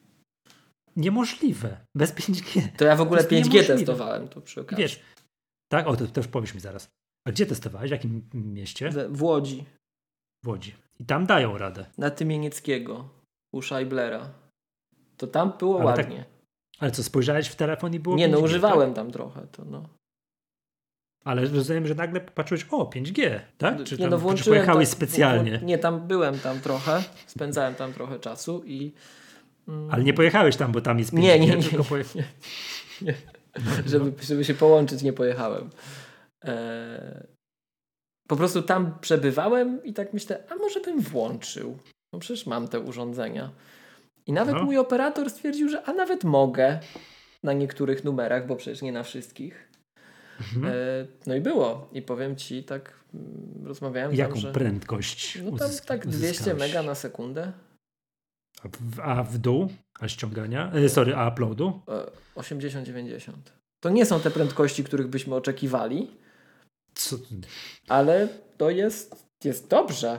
Niemożliwe. Bez pięć G. To ja w ogóle pięć G testowałem to przy okazji. Wiesz, tak? O, to też powiesz mi zaraz. A gdzie testowałeś? W jakim mieście? W Łodzi. W Łodzi. I tam dają radę. Na Tymienieckiego. U Scheiblera. To tam było ale ładnie. Tak, ale co, spojrzałeś w telefon i było Nie, no pięć G, używałem tak? tam trochę. To no. Ale rozumiem, że nagle patrzyłeś, o, pięć G, tak? Czy, nie, tam, no włączyłem czy pojechałeś tam, specjalnie? Nie, tam byłem tam trochę. Spędzałem tam trochę czasu i... Mm, ale nie pojechałeś tam, bo tam jest pięć Nie, G, nie, nie. tylko pojecha... nie, nie. Żeby, żeby się połączyć, nie pojechałem. Eee... Po prostu tam przebywałem i tak myślę, a może bym włączył. No przecież mam te urządzenia. I nawet no. mój operator stwierdził, że a nawet mogę na niektórych numerach, bo przecież nie na wszystkich. Mhm. E, no i było. I powiem ci, tak mm, rozmawiałem Jaką tam, że... prędkość No tam uzysk- tak dwieście mega na sekundę. A w, a w dół? A ściągania? E, sorry, a uploadu? E, osiemdziesiąt dziewięćdziesiąt. To nie są te prędkości, których byśmy oczekiwali. Co? Ale to jest, jest dobrze.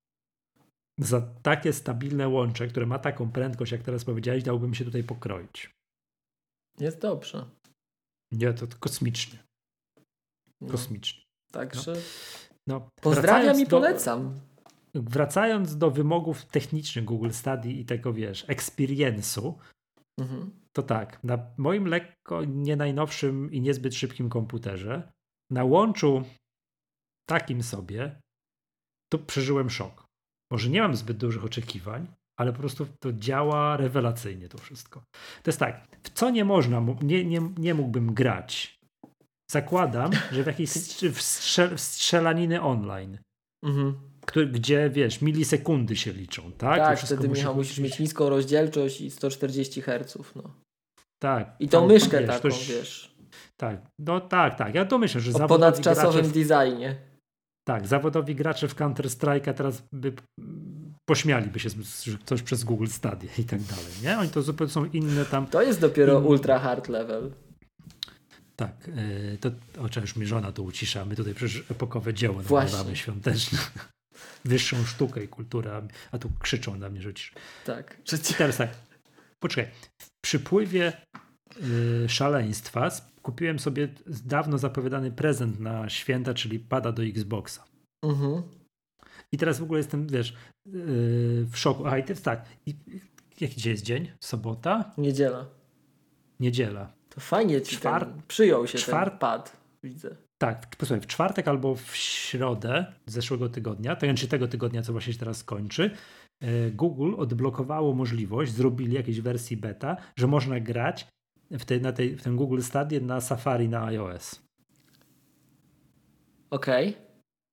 Za takie stabilne łącze, które ma taką prędkość, jak teraz powiedziałeś, dałbym się tutaj pokroić. Jest dobrze. Nie, to, to kosmicznie. Kosmicznie. No, także no. No, pozdrawiam i polecam. Do, wracając do wymogów technicznych Google Study i tego, wiesz, experience'u, mhm. to tak, na moim lekko nie najnowszym i niezbyt szybkim komputerze, na łączu takim sobie, to przeżyłem szok. Może nie mam zbyt dużych oczekiwań, ale po prostu to działa rewelacyjnie to wszystko. To jest tak, w co nie można, nie, nie, nie mógłbym grać. Zakładam, że w jakieś w strzel, w strzelaniny online, mhm. który, gdzie, wiesz, milisekundy się liczą, tak? Tak, wtedy, musi Michał, musisz mieć niską rozdzielczość i sto czterdzieści herców, no. Tak. I tą tam, myszkę wiesz, taką, toś, wiesz. Tak, no tak, tak. Ja to myślę, że o zawodowi ponadczasowym gracze w, designie. Tak, zawodowi gracze w Counter-Strike'a teraz by pośmialiby się, że coś przez Google Stadia i tak dalej, nie? Oni to zupełnie są inne tam... To jest dopiero in... ultra hard level. Tak, yy, to o czym już mi żona to ucisza, my tutaj przecież epokowe dzieło nagrywamy świąteczne. Wyższą sztukę i kulturę, a tu krzyczą na mnie, że ci... Tak. I teraz tak, poczekaj, w przypływie yy, szaleństwa kupiłem sobie dawno zapowiadany prezent na święta, czyli pada do Xboxa. Mhm. I teraz w ogóle jestem, wiesz, yy, w szoku. A i to jest tak, i, jaki dzisiaj jest dzień? Sobota? Niedziela. Niedziela. To fajnie ci Czwart... ten, przyjął się Czwart... ten pad, widzę. Tak, posłuchaj, w czwartek albo w środę zeszłego tygodnia, to znaczy tego tygodnia, co właśnie się teraz kończy, Google odblokowało możliwość, zrobili jakieś wersji beta, że można grać w, tej, na tej, w tym Google Stadia na Safari na iOS. Okej. Okay.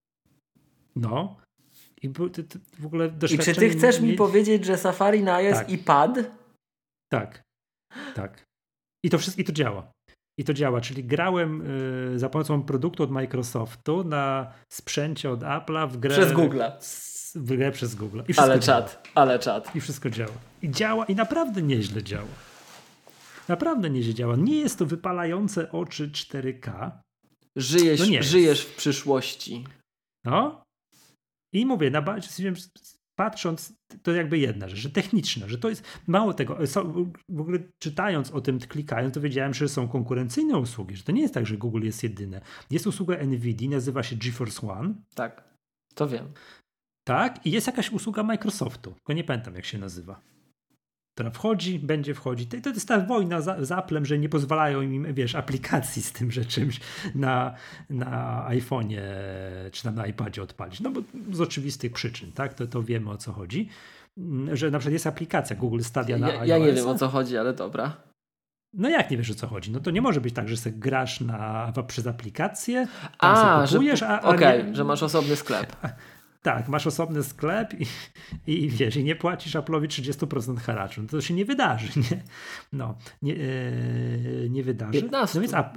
No. I w ogóle I czy ty chcesz mi, mi powiedzieć, że Safari na iOS tak. i pad? Tak. Tak. I to wszystko, i to działa. I to działa, czyli grałem y, za pomocą produktu od Microsoftu na sprzęcie od Apple'a w grę... Przez Google'a. W grę przez Google. I ale czad, ale czad. I wszystko działa. I działa i naprawdę nieźle działa. Naprawdę nieźle działa. Nie jest to wypalające oczy cztery K. Żyjesz, no nie żyjesz w przyszłości. No. I mówię, na bazie, patrząc, to jakby jedna rzecz, że techniczna, że to jest, mało tego, w ogóle czytając o tym, klikając, to wiedziałem, że są konkurencyjne usługi, że to nie jest tak, że Google jest jedyne. Jest usługa Nvidia, nazywa się GeForce One. Tak, to wiem. Tak, i jest jakaś usługa Microsoftu, tylko nie pamiętam, jak się nazywa. Która wchodzi, będzie wchodzić. To, to jest ta wojna z, z Applem, że nie pozwalają im, wiesz, aplikacji z tym, że czymś na, na iPhone'ie czy tam na iPadzie odpalić. No bo z oczywistych przyczyn, tak? To, to wiemy, o co chodzi. Że na przykład jest aplikacja Google Stadia na ja, iOS. Ja nie wiem, o co chodzi, ale dobra. No jak nie wiesz, o co chodzi? No to nie może być tak, że sobie grasz na, przez aplikację, a, kupujesz, że, a, a okej, okay, że masz osobny sklep. Tak, masz osobny sklep i, i wiesz, i nie płacisz Apple'owi trzydzieści procent haraczu. No to się nie wydarzy, nie? No, nie, e, nie wydarzy. piętnaście. No więc, a,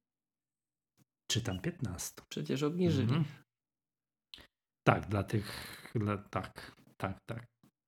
czy tam piętnaście? Przecież obniżyli. Mhm. Tak, dla tych, dla, tak, tak, tak.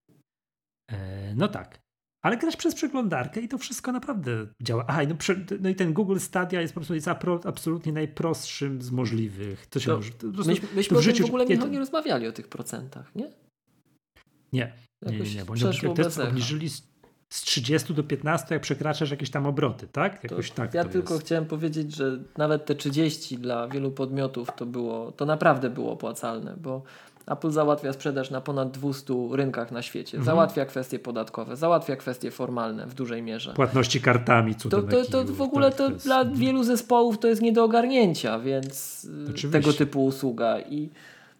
E, no tak. Ale grasz przez przeglądarkę i to wszystko naprawdę działa. Aha, no, no i ten Google Stadia jest po prostu jest absolutnie najprostszym z możliwych. To się to, może, to myśmy myśmy o tym w ogóle nie, nie rozmawiali o tych procentach, nie? Nie, nie, nie, nie bo oni test obniżyli z, z trzydziestu do piętnastu, jak przekraczasz jakieś tam obroty, tak? Jakoś to, tak ja to tylko jest. chciałem powiedzieć, że nawet te trzydzieści dla wielu podmiotów to było, to naprawdę było opłacalne, bo Apple załatwia sprzedaż na ponad dwustu rynkach na świecie. Mhm. Załatwia kwestie podatkowe, załatwia kwestie formalne w dużej mierze. Płatności kartami, cudem to, to, to w ogóle to, to jest... dla wielu zespołów to jest nie do ogarnięcia, więc oczywiście. Tego typu usługa i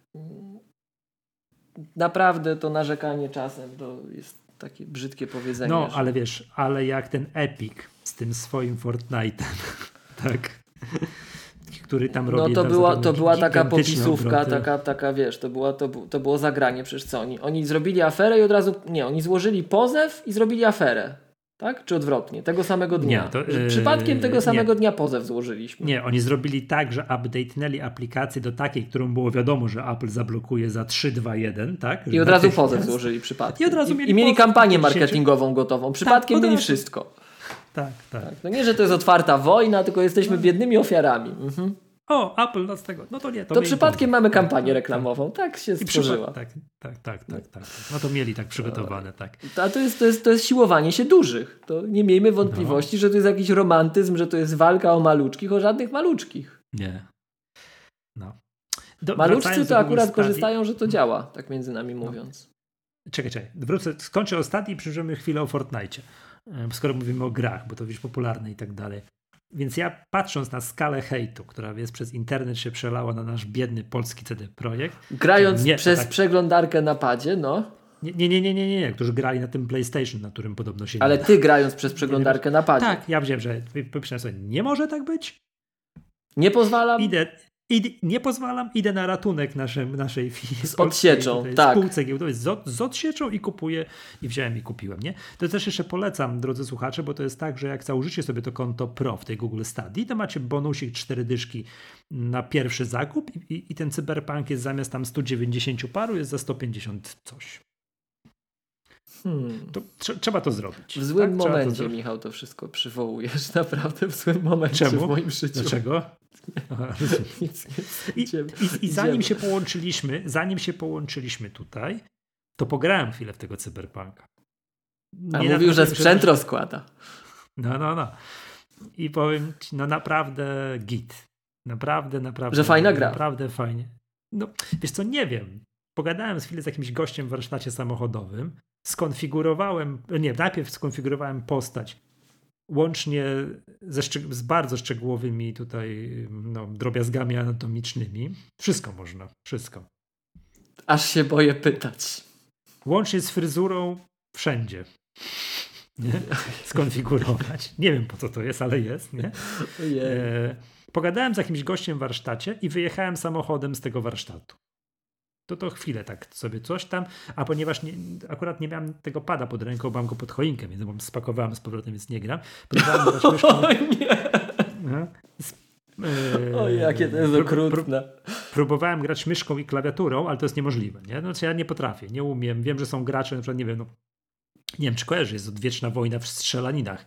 naprawdę to narzekanie czasem to jest takie brzydkie powiedzenie. No, że... ale wiesz, ale jak ten Epic z tym swoim Fortnite'em, tak... który tam robi. No to była, to była taka popisówka, taka, taka wiesz, to, była, to, to było zagranie przecież co oni. Oni zrobili aferę i od razu, nie, oni złożyli pozew i zrobili aferę. Tak? Czy odwrotnie? Tego samego dnia. Nie, to, yy, Przypadkiem tego samego nie. dnia pozew złożyliśmy. Nie, oni zrobili tak, że update'nęli aplikację do takiej, którą było wiadomo, że Apple zablokuje za trzy, dwa, jeden, tak? I od razu tych... pozew złożyli przypadkiem. I, od razu I, mieli, i mieli pozew, kampanię marketingową gotową. Przypadkiem tak, mieli wszystko. Tak, tak, tak. No nie, że to jest otwarta wojna, tylko jesteśmy no. biednymi ofiarami. Mhm. O, Apple nas tego. No to nie. To, to przypadkiem mamy kampanię reklamową. Tak się stworzyła. Tak, tak, tak, tak, tak. No to mieli tak przygotowane, tak. A to jest, to jest, to jest siłowanie się dużych. To nie miejmy wątpliwości, no. że to jest jakiś romantyzm, że to jest walka o maluczkich, o żadnych maluczkich. Nie. No. Do, Maluczcy to akurat stadii... korzystają, że to działa, tak między nami mówiąc. No. Czekaj, czekaj. Wrócę, skończę o stadii i przyjrzymy chwilę o Fortnite. Skoro mówimy o grach, bo to jest popularne i tak dalej. Więc ja patrząc na skalę hejtu, która jest przez internet się przelała na nasz biedny polski C D Projekt. Grając nie, przez tak, przeglądarkę na padzie, no. Nie, nie, nie, nie, nie, nie, którzy grali na tym PlayStation, na którym podobno się Ale nie ty grając przez przeglądarkę na padzie. Tak, ja wiem, że pomyślałem sobie, nie może tak być. Nie pozwalam. Idę, idę, nie pozwalam, idę na ratunek naszym, naszej z odsieczą, tak. spółce giełdowej z, z odsieczą i kupuję i wziąłem i kupiłem, nie? To też jeszcze polecam, drodzy słuchacze, bo to jest tak, że jak założycie sobie to konto Pro w tej Google Stadia, to macie bonusik cztery dyszki na pierwszy zakup i, i, i ten Cyberpunk jest zamiast tam sto dziewięćdziesiąt paru, jest za sto pięćdziesiąt coś. Hmm. To tr- trzeba to zrobić. W złym tak? momencie, to Michał, to wszystko przywołujesz. Naprawdę w złym momencie Czemu? w moim życiu. Dlaczego? Aha, nic, nic, I, i, I zanim się połączyliśmy, zanim się połączyliśmy tutaj, to pograłem chwilę w tego Cyberpunka. Nie A mówił, że sprzęt że... rozkłada. No, no, no. I powiem ci, no naprawdę git. Naprawdę, naprawdę. Że fajna gra. Naprawdę fajnie. No, wiesz co, nie wiem. Pogadałem z chwilę z jakimś gościem w warsztacie samochodowym. Skonfigurowałem, nie, najpierw skonfigurowałem postać łącznie ze szczeg- z bardzo szczegółowymi tutaj no, drobiazgami anatomicznymi. Wszystko można, wszystko. Aż się boję pytać. Łącznie z fryzurą wszędzie. Nie? Skonfigurować. Nie wiem po co to jest, ale jest. Nie? E, pogadałem z jakimś gościem w warsztacie i wyjechałem samochodem z tego warsztatu. To to chwilę tak sobie coś tam, a ponieważ nie, akurat nie miałem tego pada pod ręką, mam go pod choinkę, więc spakowałem z powrotem, więc nie gram. Próbowałem grać myszką. O nie! No. Yy, o jakie to jest okrutne. Próbowałem grać myszką i klawiaturą, ale to jest niemożliwe. Nie? No, ja nie potrafię, nie umiem. Wiem, że są gracze, na przykład nie wiem, no, nie wiem, czy kojarzy, jest odwieczna wojna w strzelaninach.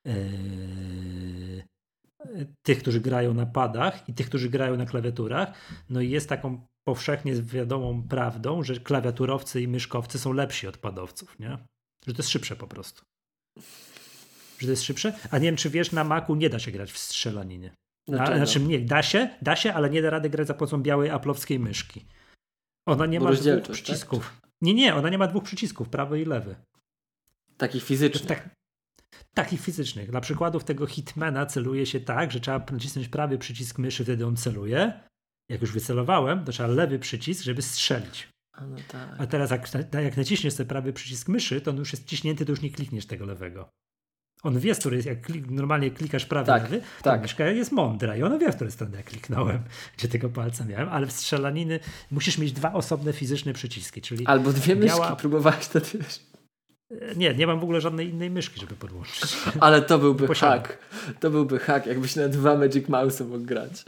Yy, tych, którzy grają na padach i tych, którzy grają na klawiaturach. No i jest taką powszechnie wiadomą prawdą, że klawiaturowcy i myszkowcy są lepsi od padowców, nie? Że to jest szybsze po prostu. Że to jest szybsze? A nie wiem, czy wiesz, na Macu nie da się grać w strzelaniny. A, znaczy nie, da się, da się, ale nie da rady grać za pomocą białej aplowskiej myszki. Ona nie Bo ma dwóch przycisków. Tak? Nie, nie, ona nie ma dwóch przycisków, prawy i lewy. Takich fizycznych. Tak, takich fizycznych. Dla przykładów tego Hitmana celuje się tak, że trzeba nacisnąć prawy przycisk myszy, wtedy on celuje. Jak już wycelowałem, to trzeba lewy przycisk, żeby strzelić. A, no tak. A teraz jak, jak naciśniesz sobie prawy przycisk myszy, to on już jest ciśnięty, to już nie klikniesz tego lewego. On wie, z której, jak klik, normalnie klikasz prawy, tak, lewy, to tak. myszka jest mądra i ona wie, w której strony ja kliknąłem, gdzie tego palca miałem, ale w strzelaniny musisz mieć dwa osobne fizyczne przyciski, czyli albo dwie myszki, biała... próbowałeś to też. Nie, nie mam w ogóle żadnej innej myszki, żeby podłączyć. Ale to byłby Posiadam. hack. To byłby hack, jakbyś na dwa Magic Mouse'y mógł grać.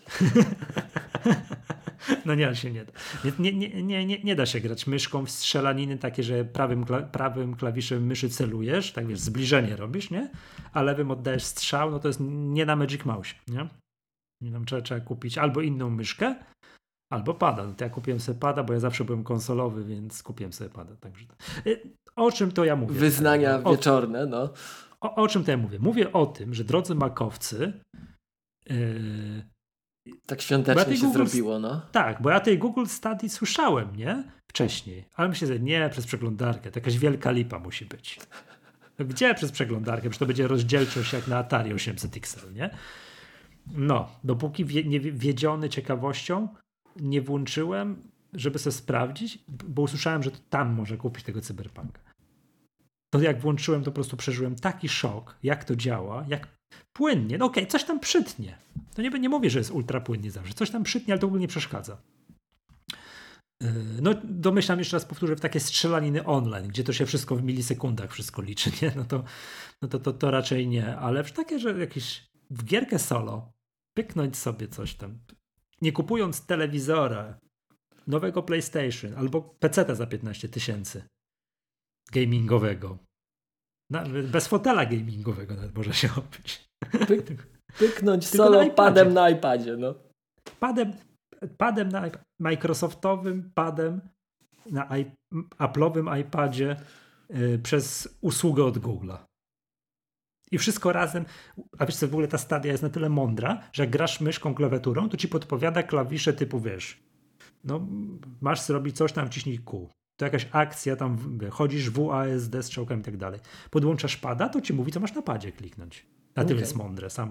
No nie, się nie da. Nie, nie, nie, nie, nie da się grać myszką w strzelaniny takie, że prawym, prawym klawiszem myszy celujesz, tak wiesz, zbliżenie robisz, nie? A lewym oddajesz strzał, no to jest nie na Magic Mouse, nie? Nie wiem, trzeba, trzeba kupić albo inną myszkę, albo pada. No to ja kupiłem sobie pada, bo ja zawsze byłem konsolowy, więc kupiłem sobie pada. Także o czym to ja mówię? Wyznania o, wieczorne, no. O, o czym to ja mówię? Mówię o tym, że drodzy makowcy, yy, tak świątecznie ja się Google, zrobiło, no. Tak, bo ja tej Google Stadia słyszałem, nie? Wcześniej. Ale myślę, że nie, przez przeglądarkę. To jakaś wielka lipa musi być. No gdzie przez przeglądarkę? Przecież to będzie rozdzielczość jak na Atari osiemset X L, nie? No, dopóki wie, nie wiedziony ciekawością nie włączyłem, żeby sobie sprawdzić, bo usłyszałem, że to tam można kupić tego Cyberpunka. To jak włączyłem, to po prostu przeżyłem taki szok, jak to działa, jak płynnie. No okej, okay, coś tam przytnie. To nie, nie mówię, że jest ultra płynnie zawsze. Coś tam przytnie, ale to w ogóle nie przeszkadza. Yy, no domyślam, jeszcze raz powtórzę, w takie strzelaniny online, gdzie to się wszystko w milisekundach wszystko liczy, nie? No to, no to, to, to raczej nie. Ale w takie, że jakieś w gierkę solo pyknąć sobie coś tam, nie kupując telewizora, nowego PlayStation albo peceta za piętnaście tysięcy gamingowego. Na, bez fotela gamingowego nawet może się obyć. Pyk, pyknąć solo na padem na iPadzie. No. Padem, padem na iPad, Microsoftowym padem na i, Apple'owym iPadzie yy, przez usługę od Google'a. I wszystko razem, a wiesz co, w ogóle ta Stadia jest na tyle mądra, że jak grasz myszką, klawiaturą, to ci podpowiada klawisze typu, wiesz, no masz zrobić coś tam, wciśnij Q. To jakaś akcja, tam chodzisz W A S D strzałkami i tak dalej. Podłączasz pada, to ci mówi, co masz na padzie kliknąć. Na tyle okay. jest mądre samo.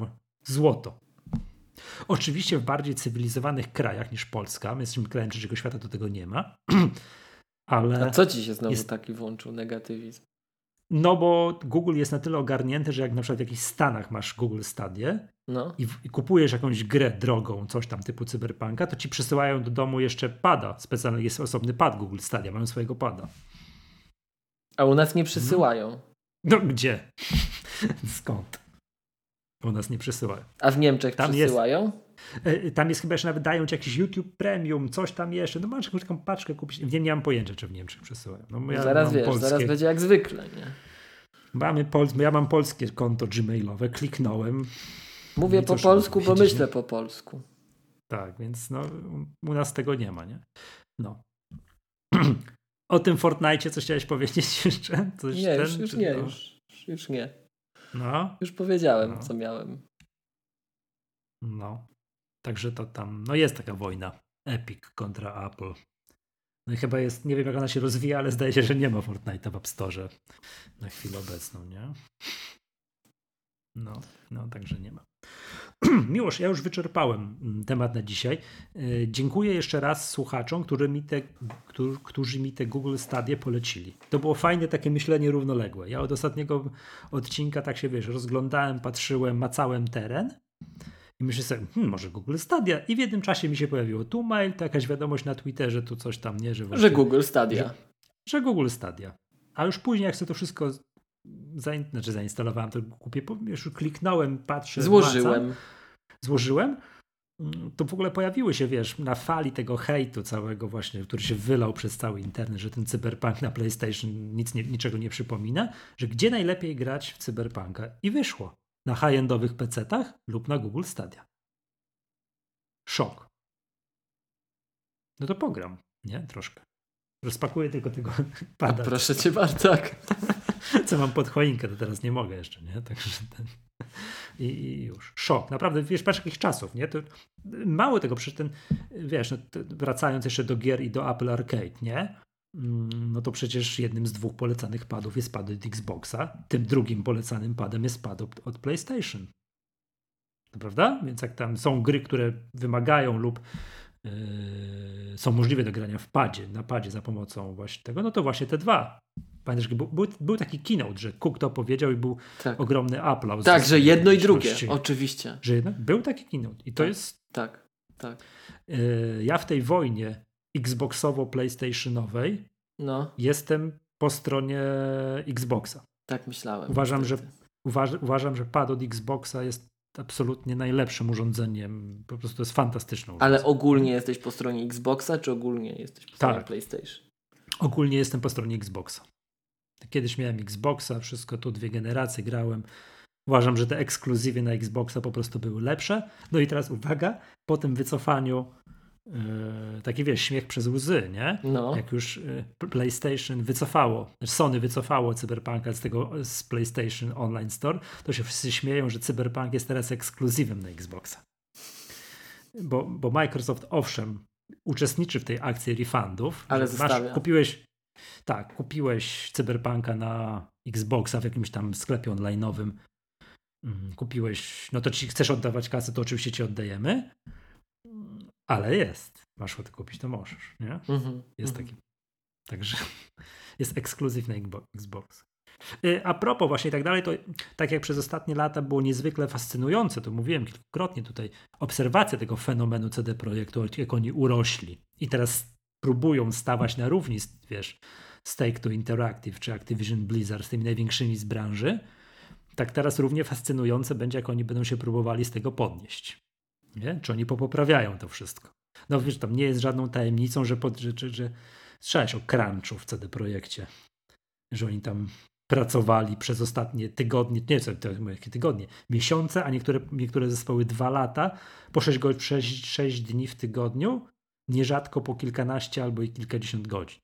Złoto. Oczywiście w bardziej cywilizowanych krajach niż Polska, my jesteśmy krajem trzeciego świata, to tego nie ma, ale... A co ci się znowu jest... taki włączył negatywizm? No bo Google jest na tyle ogarnięty, że jak na przykład w jakichś Stanach masz Google Stadię no. i, w, i kupujesz jakąś grę drogą, coś tam typu Cyberpunka, to ci przysyłają do domu jeszcze pada. Specjalny jest osobny pad Google Stadia, mają swojego pada. A u nas nie przysyłają. No gdzie? Skąd? U nas nie przysyłają. A w Niemczech tam przysyłają? Jest, tam jest chyba jeszcze nawet dają ci jakiś YouTube Premium, coś tam jeszcze. No masz jakąś taką paczkę kupić. Nie, nie mam pojęcia, czy w Niemczech przysyłają. No, ja zaraz wiesz, polskie... zaraz będzie jak zwykle, nie? Mamy pol... Ja mam polskie konto gmailowe, kliknąłem. Mówię po polsku, bo myślę po polsku. Tak, więc no, u nas tego nie ma, nie? No. O tym Fortnite coś chciałeś powiedzieć jeszcze? Coś nie, ten, już, już nie, no? już, już nie. No. Już powiedziałem, no. co miałem. No. Także to tam, no jest taka wojna. Epic kontra Apple. No i chyba jest, nie wiem jak ona się rozwija, ale zdaje się, że nie ma Fortnite'a w App Store na chwilę obecną, nie? No, no także nie ma. Miłosz, ja już wyczerpałem temat na dzisiaj. Dziękuję jeszcze raz słuchaczom, którzy mi te, którzy, którzy mi te Google Stadia polecili. To było fajne takie myślenie równoległe. Ja od ostatniego odcinka tak się, wiesz, rozglądałem, patrzyłem, macałem teren i myślę sobie, hmm, może Google Stadia. I w jednym czasie mi się pojawiło tu mail, to jakaś wiadomość na Twitterze, tu coś tam, nie? Że, właśnie, że Google Stadia. Że, że Google Stadia. A już później jak sobie to wszystko zain, znaczy zainstalowałem, to kupię, już kliknąłem, patrzę, Złożyłem. Macam, złożyłem, to w ogóle pojawiły się, wiesz, na fali tego hejtu całego właśnie, który się wylał przez cały internet, że ten Cyberpunk na PlayStation nic nie, niczego nie przypomina, że gdzie najlepiej grać w Cyberpunka. I wyszło. Na high-endowych pecetach lub na Google Stadia. Szok. No to pogram, nie? Troszkę. Rozpakuję tylko tego pada. Proszę cię bardzo, tak. Co mam pod choinkę, to teraz nie mogę jeszcze, nie? Także ten... I, I już. Szok. Naprawdę, wiesz, patrz jakich czasów, nie? To mało tego, przecież ten, wiesz, no, wracając jeszcze do gier i do Apple Arcade, nie? No to przecież jednym z dwóch polecanych padów jest pad od Xboxa, tym drugim polecanym padem jest pad od, od PlayStation. To prawda? Więc jak tam są gry, które wymagają lub yy, są możliwe do grania w padzie, na padzie za pomocą właśnie tego, no to właśnie te dwa. Pamiętasz, był, był, był taki keynote, że Cook to powiedział i był tak. ogromny aplauz. Tak, że jedno i drugie, oczywiście. Że jedno, był taki keynote i to tak, jest... Tak, tak. Yy, ja w tej wojnie Xboxowo-PlayStationowej no. jestem po stronie Xboxa. Tak myślałem. Uważam, że, uważ, uważam, że pad od Xboxa jest absolutnie najlepszym urządzeniem. Po prostu to jest fantastyczne urządzenie. Ale ogólnie jesteś po stronie Xboxa, czy ogólnie jesteś po stronie tak. PlayStation? Ogólnie jestem po stronie Xboxa. Kiedyś miałem Xboxa, wszystko tu dwie generacje grałem. Uważam, że te ekskluzywy na Xboxa po prostu były lepsze. No i teraz uwaga, po tym wycofaniu yy, taki wiesz, śmiech przez łzy, nie? No. Jak już yy, PlayStation wycofało, Sony wycofało Cyberpunka z tego z PlayStation Online Store, to się wszyscy śmieją, że Cyberpunk jest teraz ekskluzywem na Xboxa. Bo, bo Microsoft owszem uczestniczy w tej akcji refundów. Ale masz, kupiłeś Tak, kupiłeś Cyberpunka na Xboxa w jakimś tam sklepie online'owym. Kupiłeś, no to ci chcesz oddawać kasę, to oczywiście ci oddajemy. Ale jest. Masz ochotę kupić, to możesz, nie? Mm-hmm, jest mm-hmm. taki. Także jest ekskluzyw na Xbox. A propos właśnie i tak dalej, to tak jak przez ostatnie lata było niezwykle fascynujące, to mówiłem kilkukrotnie tutaj, obserwacja tego fenomenu C D Projektu, jak oni urośli. I teraz próbują stawać na równi z, wiesz, z Take-Two Interactive czy Activision Blizzard, z tymi największymi z branży, tak teraz równie fascynujące będzie, jak oni będą się próbowali z tego podnieść. Nie? Czy oni popoprawiają to wszystko. No wiesz, tam nie jest żadną tajemnicą, że, pod, że, że, że słyszałeś o crunchu w C D Projekcie, że oni tam pracowali przez ostatnie tygodnie, nie co to jakie tygodnie, miesiące, a niektóre, niektóre zespoły dwa lata, po sześć, go, sześć, sześć dni w tygodniu, nierzadko po kilkanaście albo i kilkadziesiąt godzin.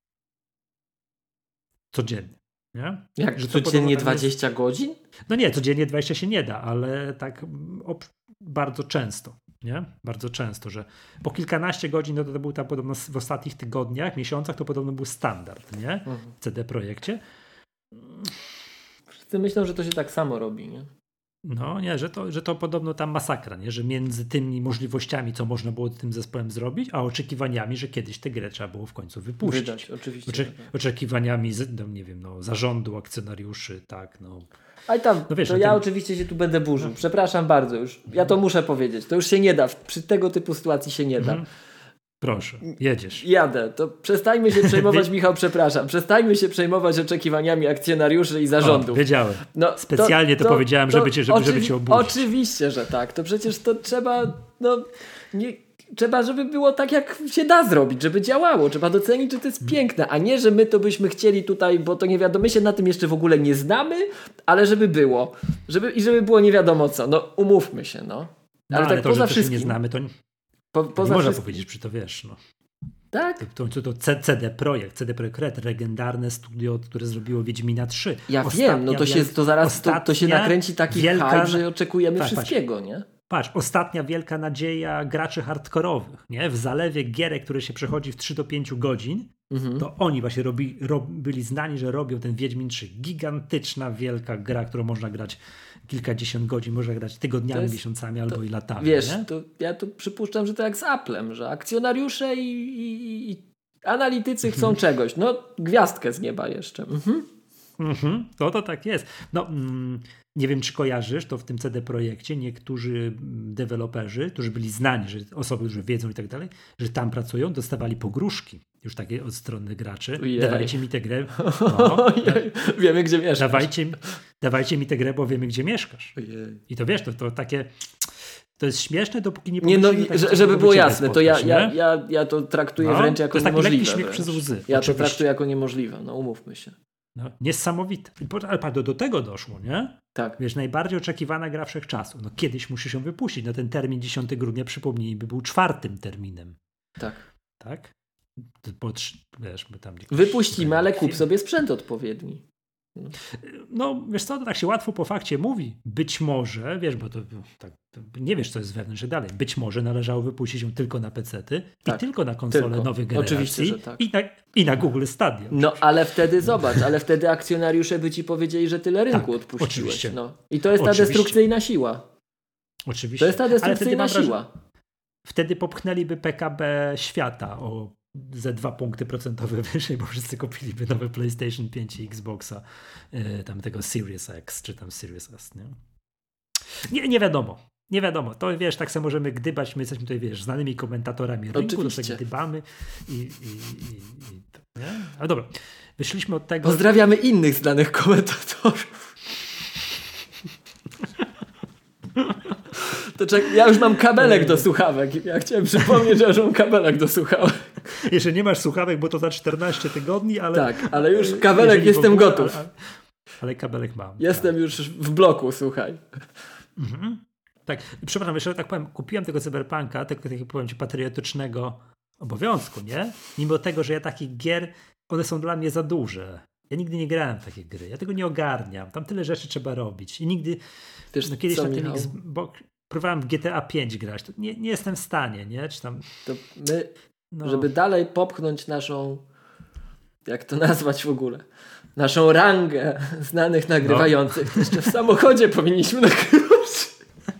Codziennie. Nie? Jak, że codziennie dwadzieścia jest... godzin? No nie, codziennie dwadzieścia się nie da, ale tak op, bardzo często. Nie? Bardzo często, że po kilkanaście godzin, no to, to był tam podobno w ostatnich tygodniach, miesiącach, to podobno był standard, nie? Mhm. W C D Projekcie. Wszyscy myślą, że to się tak samo robi, nie? No nie, że to, że to podobno tam masakra, nie? Że między tymi możliwościami, co można było tym zespołem zrobić, a oczekiwaniami, że kiedyś tę grę trzeba było w końcu wypuścić. Wydać, oczywiście. Ocze- oczekiwaniami, z, no, nie wiem, no, zarządu, akcjonariuszy, tak, no. Ale tam, no wiesz, to no ja ten... oczywiście się tu będę burzył. Przepraszam bardzo już. Ja to muszę powiedzieć. To już się nie da. Przy tego typu sytuacji się nie da. Mhm. Proszę, jedziesz. Jadę. To przestańmy się przejmować, Michał, przepraszam. Przestańmy się przejmować oczekiwaniami akcjonariuszy i zarządów. O, wiedziałem. No, Specjalnie to, to, to powiedziałem, żeby cię, żeby, żeby cię oburzyć. Oczywiście, że tak. To przecież to trzeba, no, nie, trzeba, żeby było tak, jak się da zrobić, żeby działało. Trzeba docenić, że to jest piękne, a nie, że my to byśmy chcieli tutaj, bo to nie wiadomo, my się na tym jeszcze w ogóle nie znamy, ale żeby było. Żeby, I żeby było nie wiadomo co. No, umówmy się, no. Ale, no, ale tak to, poza że wszystkim. się nie znamy, to nie... Po, poza nie można wszystkim. powiedzieć, czy to wiesz, no. Tak? To, to, to C D Projekt, C D Projekt Red, legendarne studio, które zrobiło Wiedźmina trzy. Ja ostatnia wiem, no to się to zaraz to, to się nakręci taki wielka... hype, że oczekujemy tak, wszystkiego, patrz, nie? Patrz, ostatnia wielka nadzieja graczy hardkorowych, nie? W zalewie gierek, które się przechodzi w trzy do pięciu godzin, mhm. to oni właśnie robi, rob, byli znani, że robią ten Wiedźmin trzy. Gigantyczna, wielka gra, którą można grać kilkadziesiąt godzin, można grać tygodniami, jest, miesiącami albo to, i latami. Wiesz, nie? To ja tu przypuszczam, że to jak z Applem, że akcjonariusze i, i, i analitycy mhm. chcą czegoś. No, gwiazdkę z nieba jeszcze. Mhm. Mhm. To to tak jest. No, mm, nie wiem, czy kojarzysz, to w tym C D Projekcie niektórzy deweloperzy, którzy byli znani, że osoby, które wiedzą i tak dalej, że tam pracują, dostawali pogróżki. Już takie od strony graczy. Ojej. Dawajcie mi tę grę. No, wiemy, gdzie mieszkasz. Dawajcie, dawajcie mi tę grę, bo wiemy, gdzie mieszkasz. Ojej. I to wiesz, to, to takie... To jest śmieszne, dopóki nie Nie, no, tak, że, żeby było jasne, spotkać, to ja, ja, ja, ja to traktuję no, wręcz jako niemożliwe. To jest taki śmiech przez łzy. Ja oczywiście. to traktuję jako niemożliwe, no umówmy się. No, niesamowite. Ale do, do tego doszło, nie? Tak. Wiesz, najbardziej oczekiwana gra wszechczasu. No kiedyś musisz ją wypuścić. No ten termin dziesiątego grudnia, przypomnij, by był czwartym terminem. Tak. Tak? Bo, wiesz, my tam Wypuścimy, ale kup sobie sprzęt odpowiedni. No. no, wiesz co, to tak się łatwo po fakcie mówi. Być może, wiesz, bo to, tak, to nie wiesz, co jest wewnątrz dalej. Być może należało wypuścić ją tylko na pecety tak, i tylko na konsole tylko. nowych generacji. Oczywiście, że tak. I na, i na Google Stadia. No, ale wtedy zobacz, ale wtedy akcjonariusze by ci powiedzieli, że tyle rynku tak, odpuściłeś. Oczywiście. No. I to jest ta oczywiście. destrukcyjna siła. Oczywiście. To jest ta destrukcyjna siła. Wtedy popchnęliby P K B świata o ze dwa punkty procentowe wyżej, bo wszyscy kupiliby nowe PlayStation pięć i Xboxa, yy, tam tego Series X, czy tam Series S, nie? Nie, nie wiadomo. Nie wiadomo. To wiesz, tak sobie możemy gdybać, my jesteśmy tutaj, wiesz, znanymi komentatorami rynku, to sobie gdybamy i, i, i, i nie? Ale dobra, wyszliśmy od tego... Pozdrawiamy innych znanych komentatorów. To czek, ja już mam kabelek do słuchawek. Ja chciałem przypomnieć, że już mam kabelek do słuchawek. Jeszcze nie masz słuchawek, bo to za czternaście tygodni, ale... Tak, ale już kabelek jestem ogóle, gotów. Ale, ale kabelek mam. Jestem tak. już w bloku, słuchaj. Mhm. Tak, przepraszam, jeszcze tak powiem, kupiłem tego cyberpunka, tego takiego, powiem ci, patriotycznego obowiązku, nie? Mimo tego, że ja takich gier, one są dla mnie za duże. Ja nigdy nie grałem w takie gry. Ja tego nie ogarniam. Tam tyle rzeczy trzeba robić. I nigdy... Wiesz, no, kiedyś co, na tym Michał? Xbox... Próbowałem w G T A pięć grać. To nie, nie jestem w stanie, nie? Czy tam... To my, no. żeby dalej popchnąć naszą... Jak to nazwać w ogóle? Naszą rangę znanych nagrywających. No. Jeszcze w samochodzie powinniśmy nagrywać.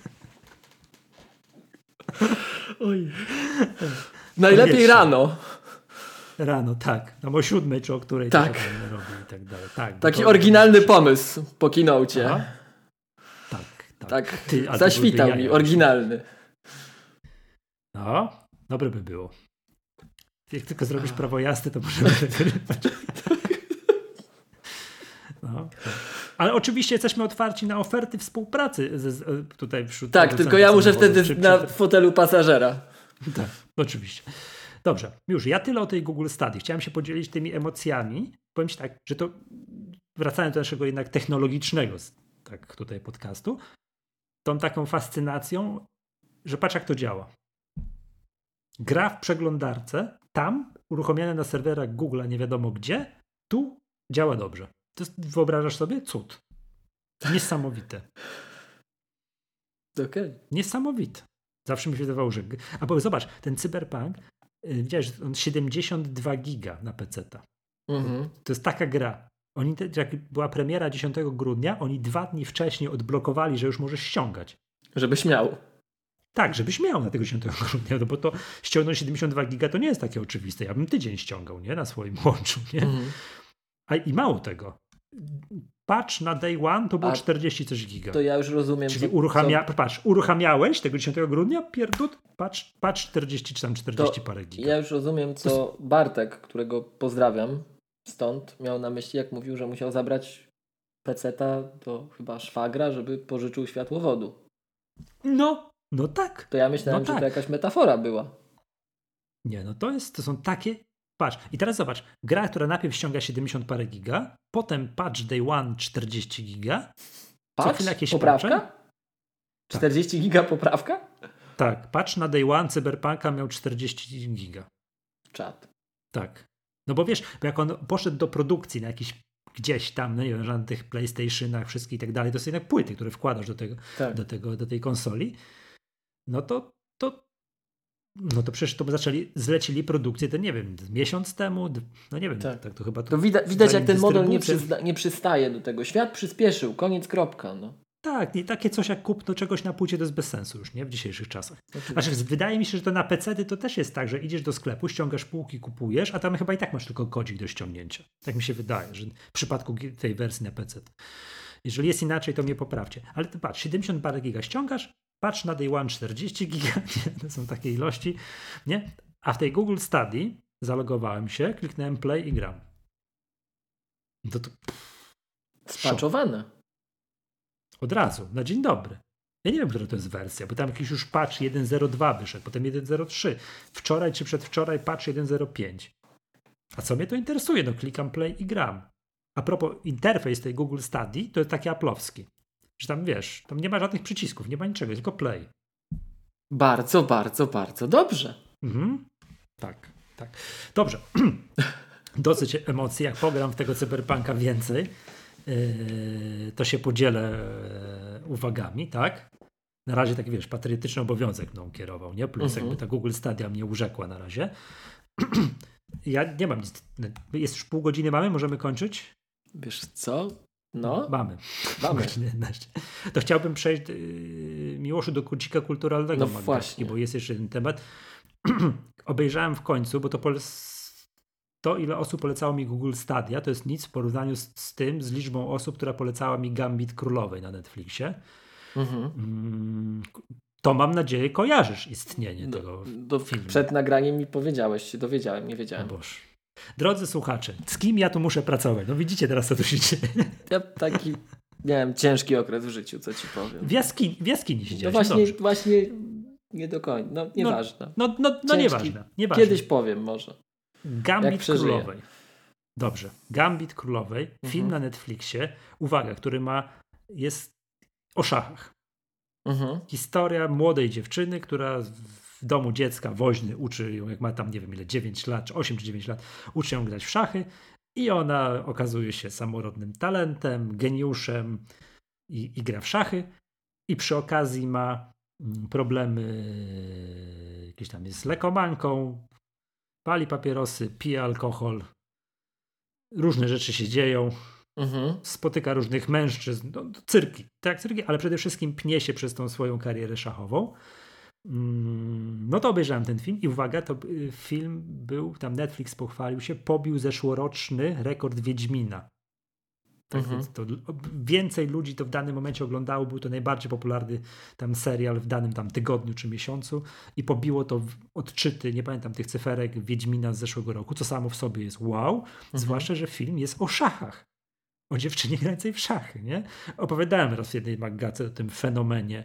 Oj. Najlepiej rano. Rano, tak. No o siódmej czy o której tak. to robi i tak dalej. Tak, taki oryginalny jest... pomysł po keynocie. Tak, tak. tak Ty, zaświtał mi, oryginalny. No, dobre by było. Jak tylko zrobisz prawo jazdy, to możemy wygrywać. No, tak. Ale oczywiście jesteśmy otwarci na oferty współpracy z, tutaj wśród... Tak, tylko ja muszę wtedy przy, na przy... fotelu pasażera. Tak, oczywiście. Dobrze, już ja tyle o tej Google Stadia. Chciałem się podzielić tymi emocjami. Powiem ci tak, że to wracając do naszego jednak technologicznego tak tutaj podcastu, tą taką fascynacją, że patrz jak to działa. Gra w przeglądarce, tam uruchomione na serwerach Google, nie wiadomo gdzie, tu działa dobrze. To jest, wyobrażasz sobie? Cud. Niesamowite. Okay. Niesamowite. Zawsze mi się wydawało, że... A bo zobacz, ten Cyberpunk, widziałeś, on siedemdziesiąt dwa giga na peceta. Mm-hmm. To jest taka gra. Oni, te, jak była premiera dziesiątego grudnia, oni dwa dni wcześniej odblokowali, że już możesz ściągać. Żebyś miał. Tak, żebyś miał na tego dziesiątego grudnia, no bo to ściągnąć siedemdziesiąt dwa giga to nie jest takie oczywiste. Ja bym tydzień ściągał, nie? Na swoim łączu, nie? Mhm. A i mało tego. Patch na day one to było A czterdzieści coś giga. To ja już rozumiem. Czyli co, uruchamia, co... patrz, uruchamiałeś tego dziesiątego grudnia, pierdut, patch, patch czterdzieści czy tam czterdzieści to parę giga. Ja już rozumiem, co to... Bartek, którego pozdrawiam stąd, miał na myśli, jak mówił, że musiał zabrać peceta do chyba szwagra, żeby pożyczył światłowodu. No, no tak. To ja myślałem, no że tak. to jakaś metafora była. Nie, no to jest, to są takie... Patrz, i teraz zobacz, gra, która najpierw ściąga siedemdziesiąt parę giga, potem patch day one czterdzieści giga, patch? co chwilę jakieś poprawka? Patche? czterdzieści tak. giga poprawka? Tak, patch na day one Cyberpunka miał czterdzieści giga. Czad. Tak. No bo wiesz, bo jak on poszedł do produkcji na jakiś gdzieś tam, no nie wiem, na tych PlayStationach, wszystkich i tak dalej, to są jednak płyty, które wkładasz do tego, tak. do tego, do tej konsoli, no to, to no to przecież to zaczęli, zlecili produkcję, to nie wiem, miesiąc temu, no nie wiem, tak, tak to chyba... To, to widać, widać jak ten model nie, przyzna, nie przystaje do tego. Świat przyspieszył, koniec, kropka. No. Tak, nie, takie coś jak kupno czegoś na płycie to jest bez sensu już, nie? W dzisiejszych czasach. Znaczy, wydaje mi się, że to na pecety to też jest tak, że idziesz do sklepu, ściągasz półki, kupujesz, a tam chyba i tak masz tylko kodzik do ściągnięcia. Tak mi się wydaje, że w przypadku tej wersji na pecet. Jeżeli jest inaczej, to mnie poprawcie. Ale ty patrz, siedemdziesiąt parę giga ściągasz, patrz na day one czterdzieści giga, nie? To są takie ilości, nie? A w tej Google Study zalogowałem się, kliknąłem play i gram. To to... Spaczowane. Od razu, na dzień dobry. Ja nie wiem, która to jest wersja, bo tam jakiś już patch jeden zero dwa wyszedł, potem jeden zero trzy. Wczoraj czy przedwczoraj patch jeden zero pięć. A co mnie to interesuje? No klikam play i gram. A propos, interfejs tej Google Study to jest taki aplowski. Że tam wiesz, tam nie ma żadnych przycisków, nie ma niczego, tylko play. Bardzo, bardzo, bardzo dobrze. Mhm. Tak, tak. Dobrze. Dosyć emocji. Jak pogram w tego Cyberpunka więcej, yy, to się podzielę yy, uwagami, tak? Na razie taki, wiesz, patriotyczny obowiązek mną kierował, nie? Plus mhm. jakby ta Google Stadia mnie urzekła na razie. Ja nie mam nic. Jest już pół godziny mamy, możemy kończyć? Wiesz co? No. Mamy. Mamy. To chciałbym przejść yy, Miłoszu do kącika kulturalnego, no właśnie, bo jest jeszcze jeden temat. Obejrzałem w końcu, bo to, pol- to ile osób polecało mi Google Stadia, to jest nic w porównaniu z, z tym, z liczbą osób, która polecała mi Gambit Królowej na Netflixie. Mhm. Mm, to mam nadzieję kojarzysz istnienie do, tego do, filmu. Przed nagraniem mi powiedziałeś, się dowiedziałem, nie wiedziałem. O Boże. Drodzy słuchacze, z kim ja tu muszę pracować? No widzicie teraz, co tu się dzieje. Ja taki miałem ciężki okres w życiu, co ci powiem. W jaskini, w jaskini siedziałeś. No właśnie, no właśnie nie do końca. No nieważne. No, no, no, no nieważne, nieważne. Kiedyś powiem może. Gambit Królowej. Dobrze. Gambit Królowej. Mhm. Film na Netflixie. Uwaga, który ma jest o szachach. Mhm. Historia młodej dziewczyny, która w domu dziecka woźny uczy ją, jak ma tam nie wiem ile, dziewięć lat, czy osiem czy dziewięć lat, uczy ją grać w szachy i ona okazuje się samorodnym talentem, geniuszem i, i gra w szachy i przy okazji ma problemy jakieś tam jest z lekomanką, pali papierosy, pije alkohol, różne rzeczy się dzieją. Mhm. Spotyka różnych mężczyzn, no, cyrki, tak, cyrki, ale przede wszystkim pnie się przez tą swoją karierę szachową. No to obejrzałem ten film i uwaga, to film był, tam Netflix pochwalił się, pobił zeszłoroczny rekord Wiedźmina. Tak mhm. więc to więcej ludzi to w danym momencie oglądało, był to najbardziej popularny tam serial w danym tam tygodniu czy miesiącu i pobiło to odczyty, nie pamiętam tych cyferek, Wiedźmina z zeszłego roku, co samo w sobie jest wow, mhm. zwłaszcza, że film jest o szachach. O dziewczynie grającej w szachy, nie? Opowiadałem raz w jednej magace o tym fenomenie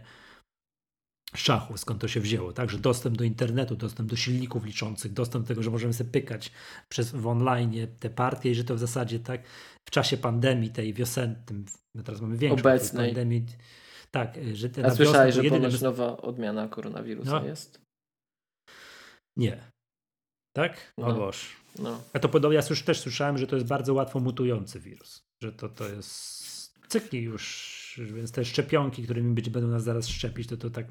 szachu, skąd to się wzięło, tak? Że dostęp do internetu, dostęp do silników liczących, dostęp do tego, że możemy sobie pykać przez w online te partie i że to w zasadzie tak w czasie pandemii tej wiosennej, no teraz mamy większą obecnej pandemii, tak, że te A słyszałeś, że ponoć jedyne... nowa odmiana koronawirusa no. jest? Nie. Tak? No. O Boże. No. A to podobnie, ja już też słyszałem, że to jest bardzo łatwo mutujący wirus. Że to, to jest cykli już, więc te szczepionki, którymi być będą nas zaraz szczepić, to to tak...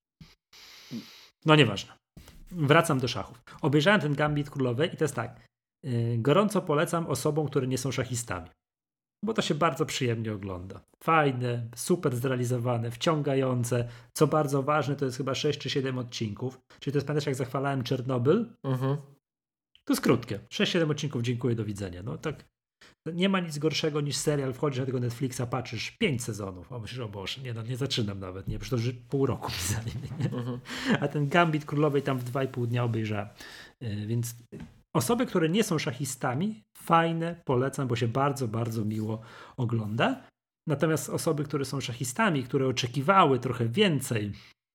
No nieważne. Wracam do szachów. Obejrzałem ten Gambit Królowej i to jest tak. Yy, gorąco polecam osobom, które nie są szachistami. Bo to się bardzo przyjemnie ogląda. Fajne, super zrealizowane, wciągające. Co bardzo ważne, to jest chyba sześć czy siedem odcinków. Czyli to jest, pamiętasz, jak zachwalałem Czernobyl? Mhm. To jest krótkie. sześć siedem odcinków, dziękuję, do widzenia. No tak, nie ma nic gorszego niż serial, wchodzisz na tego Netflixa, patrzysz, pięć sezonów. O, myślisz, o Boże, nie, no, nie zaczynam nawet, nie, przecież to już pół roku pisali. Mhm. A ten Gambit Królowej tam w dwa i pół dnia obejrzałem. Yy, więc osoby, które nie są szachistami, fajne, polecam, bo się bardzo, bardzo miło ogląda. Natomiast osoby, które są szachistami, które oczekiwały trochę więcej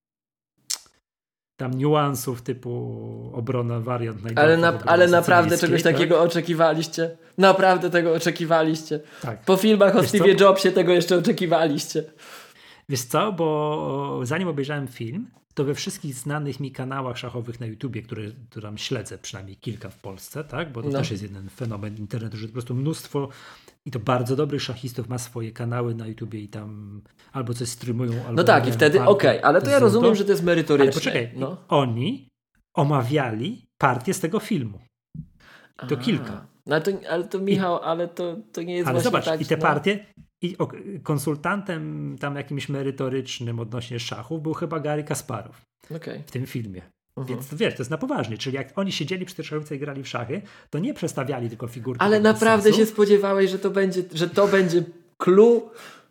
tam niuansów typu obrona wariant Najdorfa. Ale, na, ale naprawdę czegoś tak? takiego oczekiwaliście? Naprawdę tego oczekiwaliście? Tak. Po filmach o Wiesz Steve'ie co? Jobsie tego jeszcze oczekiwaliście? Wiesz co, bo zanim obejrzałem film, to we wszystkich znanych mi kanałach szachowych na YouTubie, które, które tam śledzę, przynajmniej kilka w Polsce, tak? Bo to No. też jest jeden fenomen internetu, że po prostu mnóstwo i to bardzo dobrych szachistów ma swoje kanały na YouTubie i tam albo coś streamują, albo... No tak, i wtedy okej, okay, ale to ja rozumiem, to. że to jest merytoryczne. Ale poczekaj, no. oni omawiali partię z tego filmu. To A, kilka. No ale, to, ale to Michał, ale to, to nie jest Ale właśnie zobacz, tak... i te no. partie, i o, konsultantem tam jakimś merytorycznym odnośnie szachów był chyba Garry Kasparow Okay. w tym filmie. Mhm. Więc wiesz, to jest na poważnie. Czyli jak oni siedzieli przy tej szachownicy i grali w szachy, to nie przestawiali tylko figurki. Ale naprawdę sensu. się spodziewałeś, że to będzie, że to będzie clue?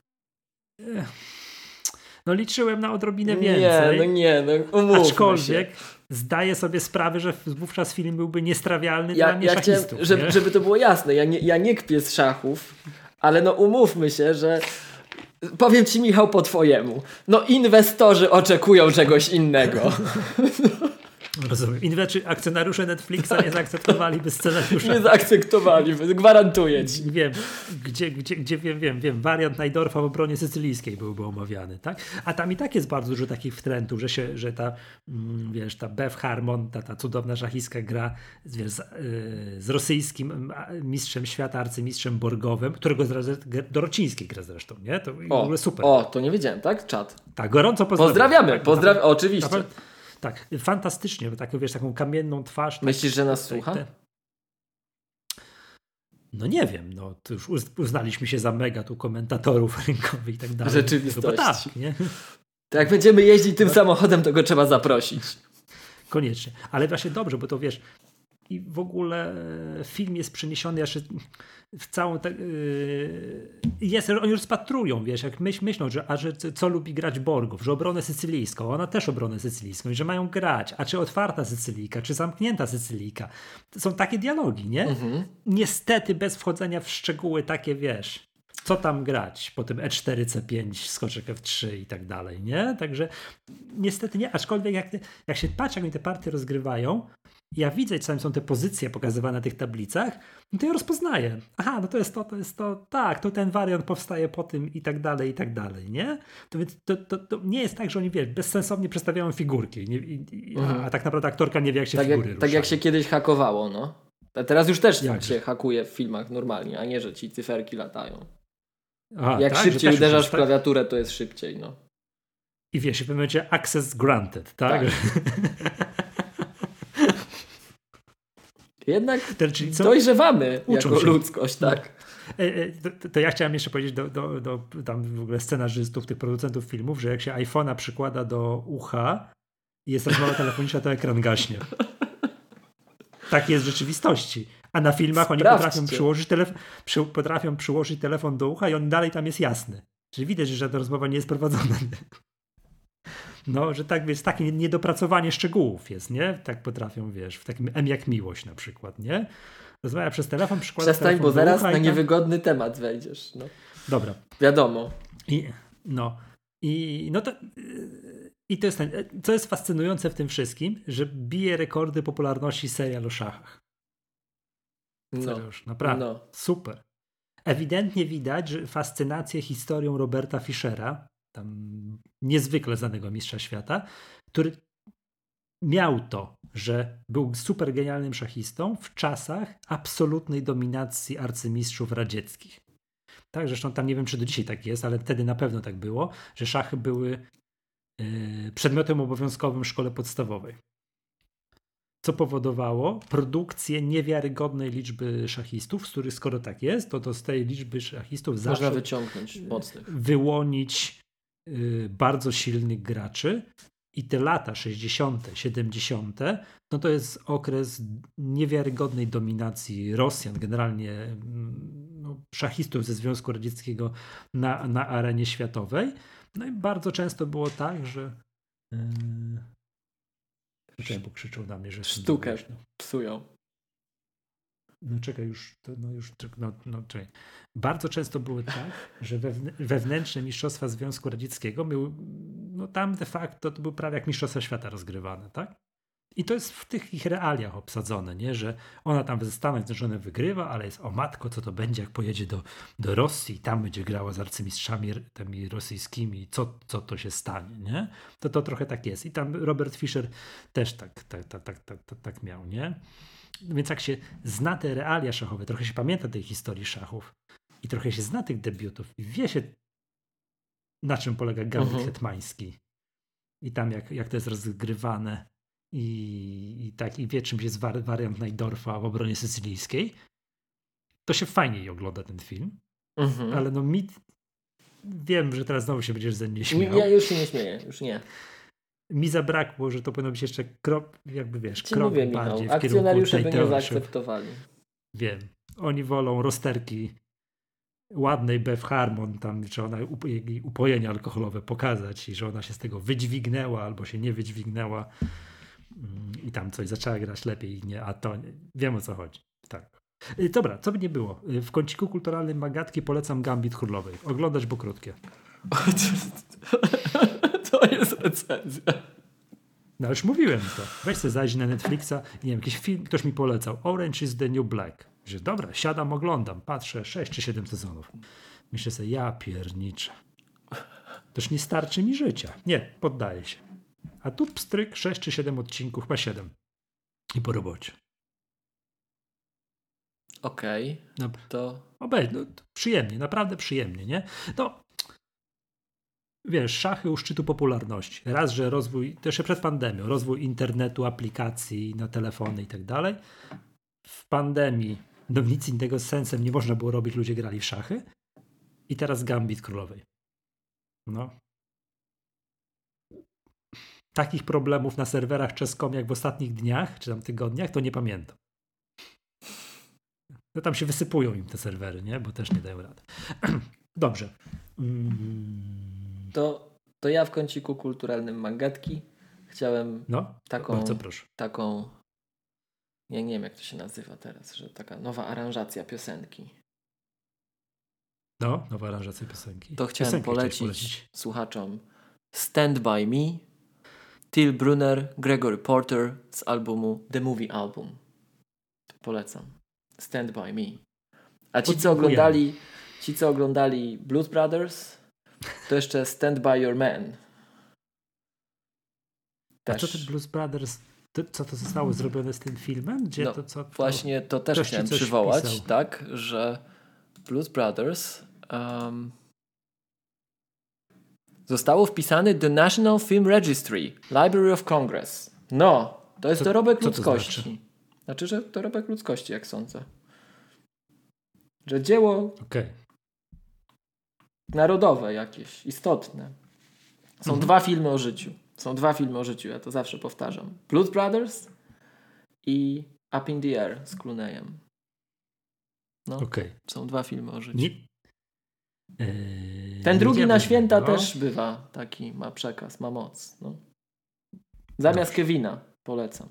No liczyłem na odrobinę Nie, więcej. no nie, no umówmy Aczkolwiek się. zdaję sobie sprawę, że wówczas film byłby niestrawialny Ja, dla mnie ja chciałem, szachistów. żeby, nie? żeby to było jasne, ja nie, ja nie kpię z szachów, ale no umówmy się, że powiem ci, Michał, po twojemu. No inwestorzy oczekują czegoś innego. Rozumiem. Inwestorzy, akcjonariusze Netflixa nie zaakceptowaliby scenariusza. Nie zaakceptowali, gwarantuję ci. Wiem, gdzie, gdzie, gdzie wiem, wiem, wiem, wariant Najdorfa w obronie sycylijskiej byłby omawiany, tak? A tam i tak jest bardzo dużo takich wtrętów, że się, że ta, mm, wiesz, ta Beth Harmon, ta, ta cudowna szachistka gra z, wiesz, z, yy, z rosyjskim mistrzem świata, arcymistrzem Borgowym, którego zresztą, Dorociński gra zresztą, nie? To w ogóle super. O, to nie wiedziałem, tak? Czad. Tak, gorąco pozdrawiamy. Pozdrawiamy, tak, pozdrawiamy, oczywiście. Tak, tak, fantastycznie, bo taką, wiesz, taką kamienną twarz. Myślisz, tak, że nas tak, słucha? Te... No nie wiem, no to już uznaliśmy się za mega tu komentatorów rynkowych i tak dalej. Rzeczywistości. Chyba tak, nie? To jak będziemy jeździć tym samochodem, to go trzeba zaprosić. Koniecznie. Ale właśnie dobrze, bo to wiesz, i w ogóle film jest przeniesiony jeszcze w całą te, yy, jest, oni rozpatrują, wiesz, jak myśl, myślą, że, a że co lubi grać Borgów, że obronę sycylijską, ona też obronę sycylijską i że mają grać, a czy otwarta Sycylijka, czy zamknięta Sycylijka. To są takie dialogi, nie? Mhm. Niestety bez wchodzenia w szczegóły takie, wiesz, co tam grać po tym E cztery, C pięć, skoczek F trzy i tak dalej, nie? Także niestety nie, aczkolwiek jak, jak się patrzy, jak oni te partie rozgrywają, ja widzę, czasami są te pozycje pokazywane na tych tablicach, no to ja rozpoznaję. Aha, no to jest to, to jest to, tak, to ten wariant powstaje po tym i tak dalej, i tak dalej, nie? To więc to, to, to nie jest tak, że oni, wiesz, bezsensownie przedstawiają figurki, nie, i, i, Mhm. a, a tak naprawdę aktorka nie wie, jak się Tak figury jak, ruszają. tak jak się kiedyś hakowało, no. A teraz już też Jak się hakuje w filmach normalnie, a nie, że ci cyferki latają. Aha, jak tak, szybciej że też uderzasz już w tak? klawiaturę, to jest szybciej, no. I wiesz, w pewnym momencie access granted, tak? Tak. Jednak To, czyli co? dojrzewamy Uczą jako się. ludzkość, tak. To, to ja chciałem jeszcze powiedzieć do, do, do tam w ogóle scenarzystów, tych producentów filmów, że jak się iPhone'a przykłada do ucha i jest rozmowa telefoniczna, to ekran gaśnie. Tak jest w rzeczywistości. A na filmach oni Sprawdźcie. potrafią przyłożyć, telef- przy, potrafią przyłożyć telefon do ucha i on dalej tam jest jasny. Czyli widać, że ta rozmowa nie jest prowadzona. No, że tak, wiesz, takie niedopracowanie szczegółów jest, nie? Tak potrafią, wiesz, w takim M jak miłość na przykład, nie? Rozmawia przez telefon, przykłada Przestań, telefon bo do zaraz ucha na i tam... niewygodny temat wejdziesz. No. Dobra. Wiadomo. I, no, i, no to, i to jest ten, co jest fascynujące w tym wszystkim, że bije rekordy popularności serial o szachach. No. Już, naprawdę. No. Super. Ewidentnie widać, że fascynację historią Roberta Fischera, tam niezwykle znanego mistrza świata, który miał to, że był super genialnym szachistą w czasach absolutnej dominacji arcymistrzów radzieckich. Tak, zresztą tam nie wiem, czy do dzisiaj tak jest, ale wtedy na pewno tak było, że szachy były yy, przedmiotem obowiązkowym w szkole podstawowej. co powodowało produkcję niewiarygodnej liczby szachistów, z których skoro tak jest, to, to z tej liczby szachistów można zawsze wyciągnąć mocnych. Wyłonić y, bardzo silnych graczy. I te lata sześćdziesiąte, siedemdziesiąte, no to jest okres niewiarygodnej dominacji Rosjan, generalnie no, szachistów ze Związku Radzieckiego na, na arenie światowej. No i bardzo często było tak, że yy... czekaj, bo krzyczą na mnie, że sztukę psują. No czekaj, już, to, no już, no, no czekaj. Bardzo często były tak, że wewnętrzne mistrzostwa Związku Radzieckiego były, no tam de facto to były prawie jak mistrzostwa świata rozgrywane, tak? I to jest w tych ich realiach obsadzone, nie? Że ona tam ze Stanach Zjednoczonych wygrywa, ale jest o matko, co to będzie, jak pojedzie do, do Rosji i tam będzie grała z arcymistrzami tymi rosyjskimi, co, co to się stanie, nie? To to trochę tak jest. I tam Robert Fischer też tak, tak, tak, tak, tak, tak, tak miał, nie? Więc jak się zna te realia szachowe, trochę się pamięta tej historii szachów i trochę się zna tych debiutów i wie się, na czym polega gambit uh-huh. hetmański i tam jak, jak to jest rozgrywane i, i tak i wie, czym jest war, wariant Najdorfa w obronie sycylijskiej, to się fajniej ogląda ten film. Uh-huh. Ale no mi wiem, że teraz znowu się będziesz ze mnie śmiał. Ja już się nie śmieję, już nie. Mi zabrakło, że to powinno być jeszcze krok, jakby wiesz, Ci krok mówię, bardziej Michał, w kierunku akcjonariusze tej by nie teorii. zaakceptowali. Wiem. Oni wolą rozterki ładnej Beth Harmon, tam, czy ona jej upojenie alkoholowe pokazać i że ona się z tego wydźwignęła albo się nie wydźwignęła i tam coś zaczęła grać lepiej. Nie, a to nie, wiem, o co chodzi. Tak. Dobra, co by nie było. W kąciku kulturalnym Magatki polecam Gambit Królowej. Oglądać, bo krótkie. To jest recenzja. No już mówiłem to. Weź sobie zajrzyj na Netflixa i nie wiem, jakiś film, ktoś mi polecał. Orange is the New Black. Że dobra, siadam, oglądam, patrzę, sześć czy siedem sezonów. Myślę sobie, ja pierniczę. Toż nie starczy mi życia. Nie, poddaję się. A tu pstryk, sześć czy siedem odcinków, chyba siedem. I po robocie. Okej. Okay, no, to... Obej, no, to przyjemnie, naprawdę przyjemnie, nie? No, wiesz, szachy u szczytu popularności. Raz, że rozwój, to jeszcze przed pandemią, rozwój internetu, aplikacji na telefony i tak dalej. W pandemii no nic innego z sensem nie można było robić, ludzie grali w szachy. I teraz Gambit Królowej. No. Takich problemów na serwerach czeskom jak w ostatnich dniach, czy tam tygodniach, to nie pamiętam. No tam się wysypują im te serwery, nie? Bo też nie dają rady. Dobrze. Mm. To, to ja w kąciku kulturalnym Magatki chciałem no, taką, bardzo proszę. taką, ja nie wiem jak to się nazywa teraz, że taka nowa aranżacja piosenki. No, nowa aranżacja piosenki. To chciałem Piosenkę polecić, polecić słuchaczom Stand By Me, Till Brunner, Gregory Porter z albumu The Movie Album. Polecam. Stand By Me. A ci, co oglądali, ci, co oglądali Blues Brothers, to jeszcze Stand By Your Man. Też. A co te Blues Brothers, to, co to zostało zrobione z tym filmem? Gdzie no, to, co, to, właśnie to też chciałem przywołać, pisał. tak, że Blues Brothers um, zostało wpisane do National Film Registry, Library of Congress. No, to jest co, dorobek ludzkości. Znaczy? znaczy, że dorobek ludzkości, jak sądzę. Że dzieło okay. narodowe jakieś, istotne. Są mhm. dwa filmy o życiu. Są dwa filmy o życiu, ja to zawsze powtarzam. Blues Brothers i Up in the Air z Clooneyem. No, okay. Są dwa filmy o życiu. Nie... Eee, Ten drugi na święta no. też bywa taki, ma przekaz, ma moc. No. Zamiast Dobrze. Kevina polecam.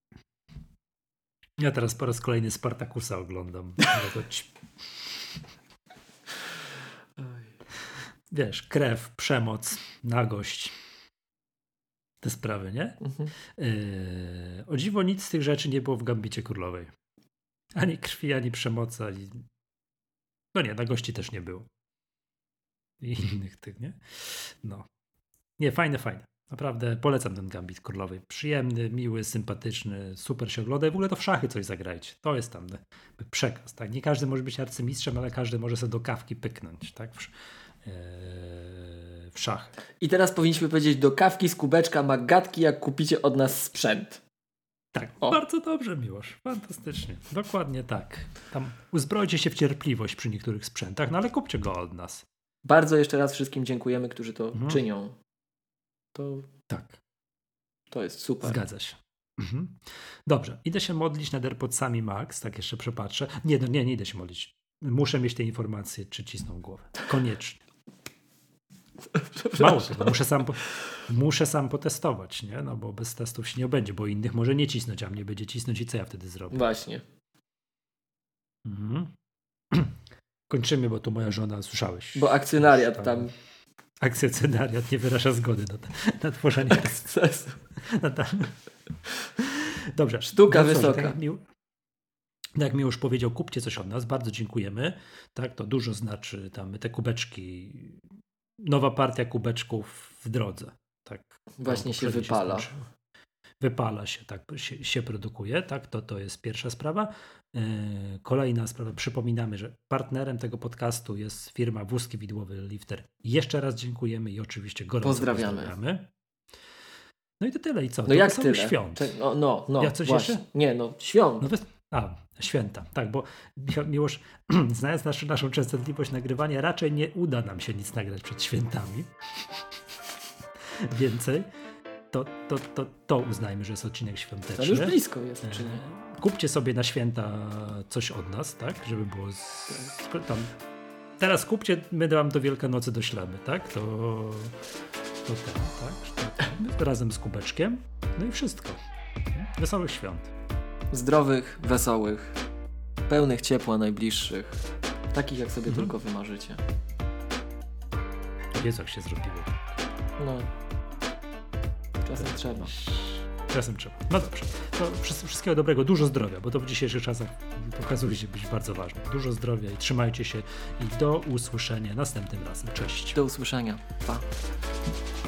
Ja teraz po raz kolejny Spartakusa oglądam. To ci... Wiesz, krew, przemoc, nagość. Te sprawy, nie? Mhm. Yy, o dziwo nic z tych rzeczy nie było w Gambicie Królowej. Ani krwi, ani przemocy, ani... No nie, nagości też nie było. I innych tych, nie? No. Nie, fajne, fajne. Naprawdę polecam ten Gambit Królowej. Przyjemny, miły, sympatyczny, super się ogląda. I w ogóle to w szachy coś zagrajcie. To jest tam przekaz. Tak? Nie każdy może być arcymistrzem, ale każdy może sobie do kawki pyknąć. Tak? W, yy, w szachy. I teraz powinniśmy powiedzieć do kawki z kubeczka Magatki, jak kupicie od nas sprzęt. Tak, O. bardzo dobrze, Miłosz. Fantastycznie. Dokładnie tak. Tam uzbrojcie się w cierpliwość przy niektórych sprzętach, no ale kupcie go od nas. Bardzo jeszcze raz wszystkim dziękujemy, którzy to Mhm. czynią. To, Tak, to jest super. zgadza się. Mhm. Dobrze, idę się modlić nad AirPodsami Max, tak jeszcze przepatrzę. Nie, no nie, nie idę się modlić. Muszę mieć te informacje, czy cisną głowę. Koniecznie. Mało tego, muszę sam, po, muszę sam potestować, nie? No bo bez testów się nie obędzie, bo innych może nie cisnąć, a mnie będzie cisnąć i co ja wtedy zrobię? Właśnie. Mhm. Kończymy, bo tu moja żona, słyszałeś. Bo akcjonariat tam... Akcjonariat nie wyraża zgody na, na tworzenie Ekscesu. na ta... Dobrze. Sztuka no, wysoka. Tak jak, mi, jak mi już powiedział, kupcie coś od nas, bardzo dziękujemy. Tak, to dużo znaczy tam te kubeczki. Nowa partia kubeczków w drodze. Tak. Właśnie się poprzednio wypala. skończyło. Wypala się, tak, się, się produkuje, tak, to, to jest pierwsza sprawa. Yy, kolejna sprawa, przypominamy, że partnerem tego podcastu jest firma Wózki Widłowy Lifter. Jeszcze raz dziękujemy i oczywiście gorąco Pozdrawiamy. pozdrawiamy. No i to tyle. I co? No to jak wesołych tyle? świąt. Cze- No, no, no Ja coś właśnie. jeszcze? Nie, no, świąt. No wes- A, święta, tak, bo Michał, Miłosz, znając naszą, naszą częstotliwość nagrywania, raczej nie uda nam się nic nagrać przed świętami. Więcej. To, to, to, to uznajmy, że jest odcinek świąteczny. To już blisko jest, czy nie? Kupcie sobie na święta coś od nas, tak? Żeby było z, tam. Teraz kupcie, my wam do Wielkanocy doślemy, tak? To, to ten, tak? To, razem z kubeczkiem. No i wszystko. Wesołych świąt. Zdrowych, wesołych, pełnych ciepła najbliższych. Takich, jak sobie Mhm. tylko wymarzycie. Jezu, jak się zrobiło. No. Czasem trzeba. Czasem trzeba. No dobrze. To wszystkiego dobrego, dużo zdrowia, bo to w dzisiejszych czasach okazuje się być bardzo ważne. Dużo zdrowia i trzymajcie się i do usłyszenia następnym razem. Cześć. Do usłyszenia. Pa.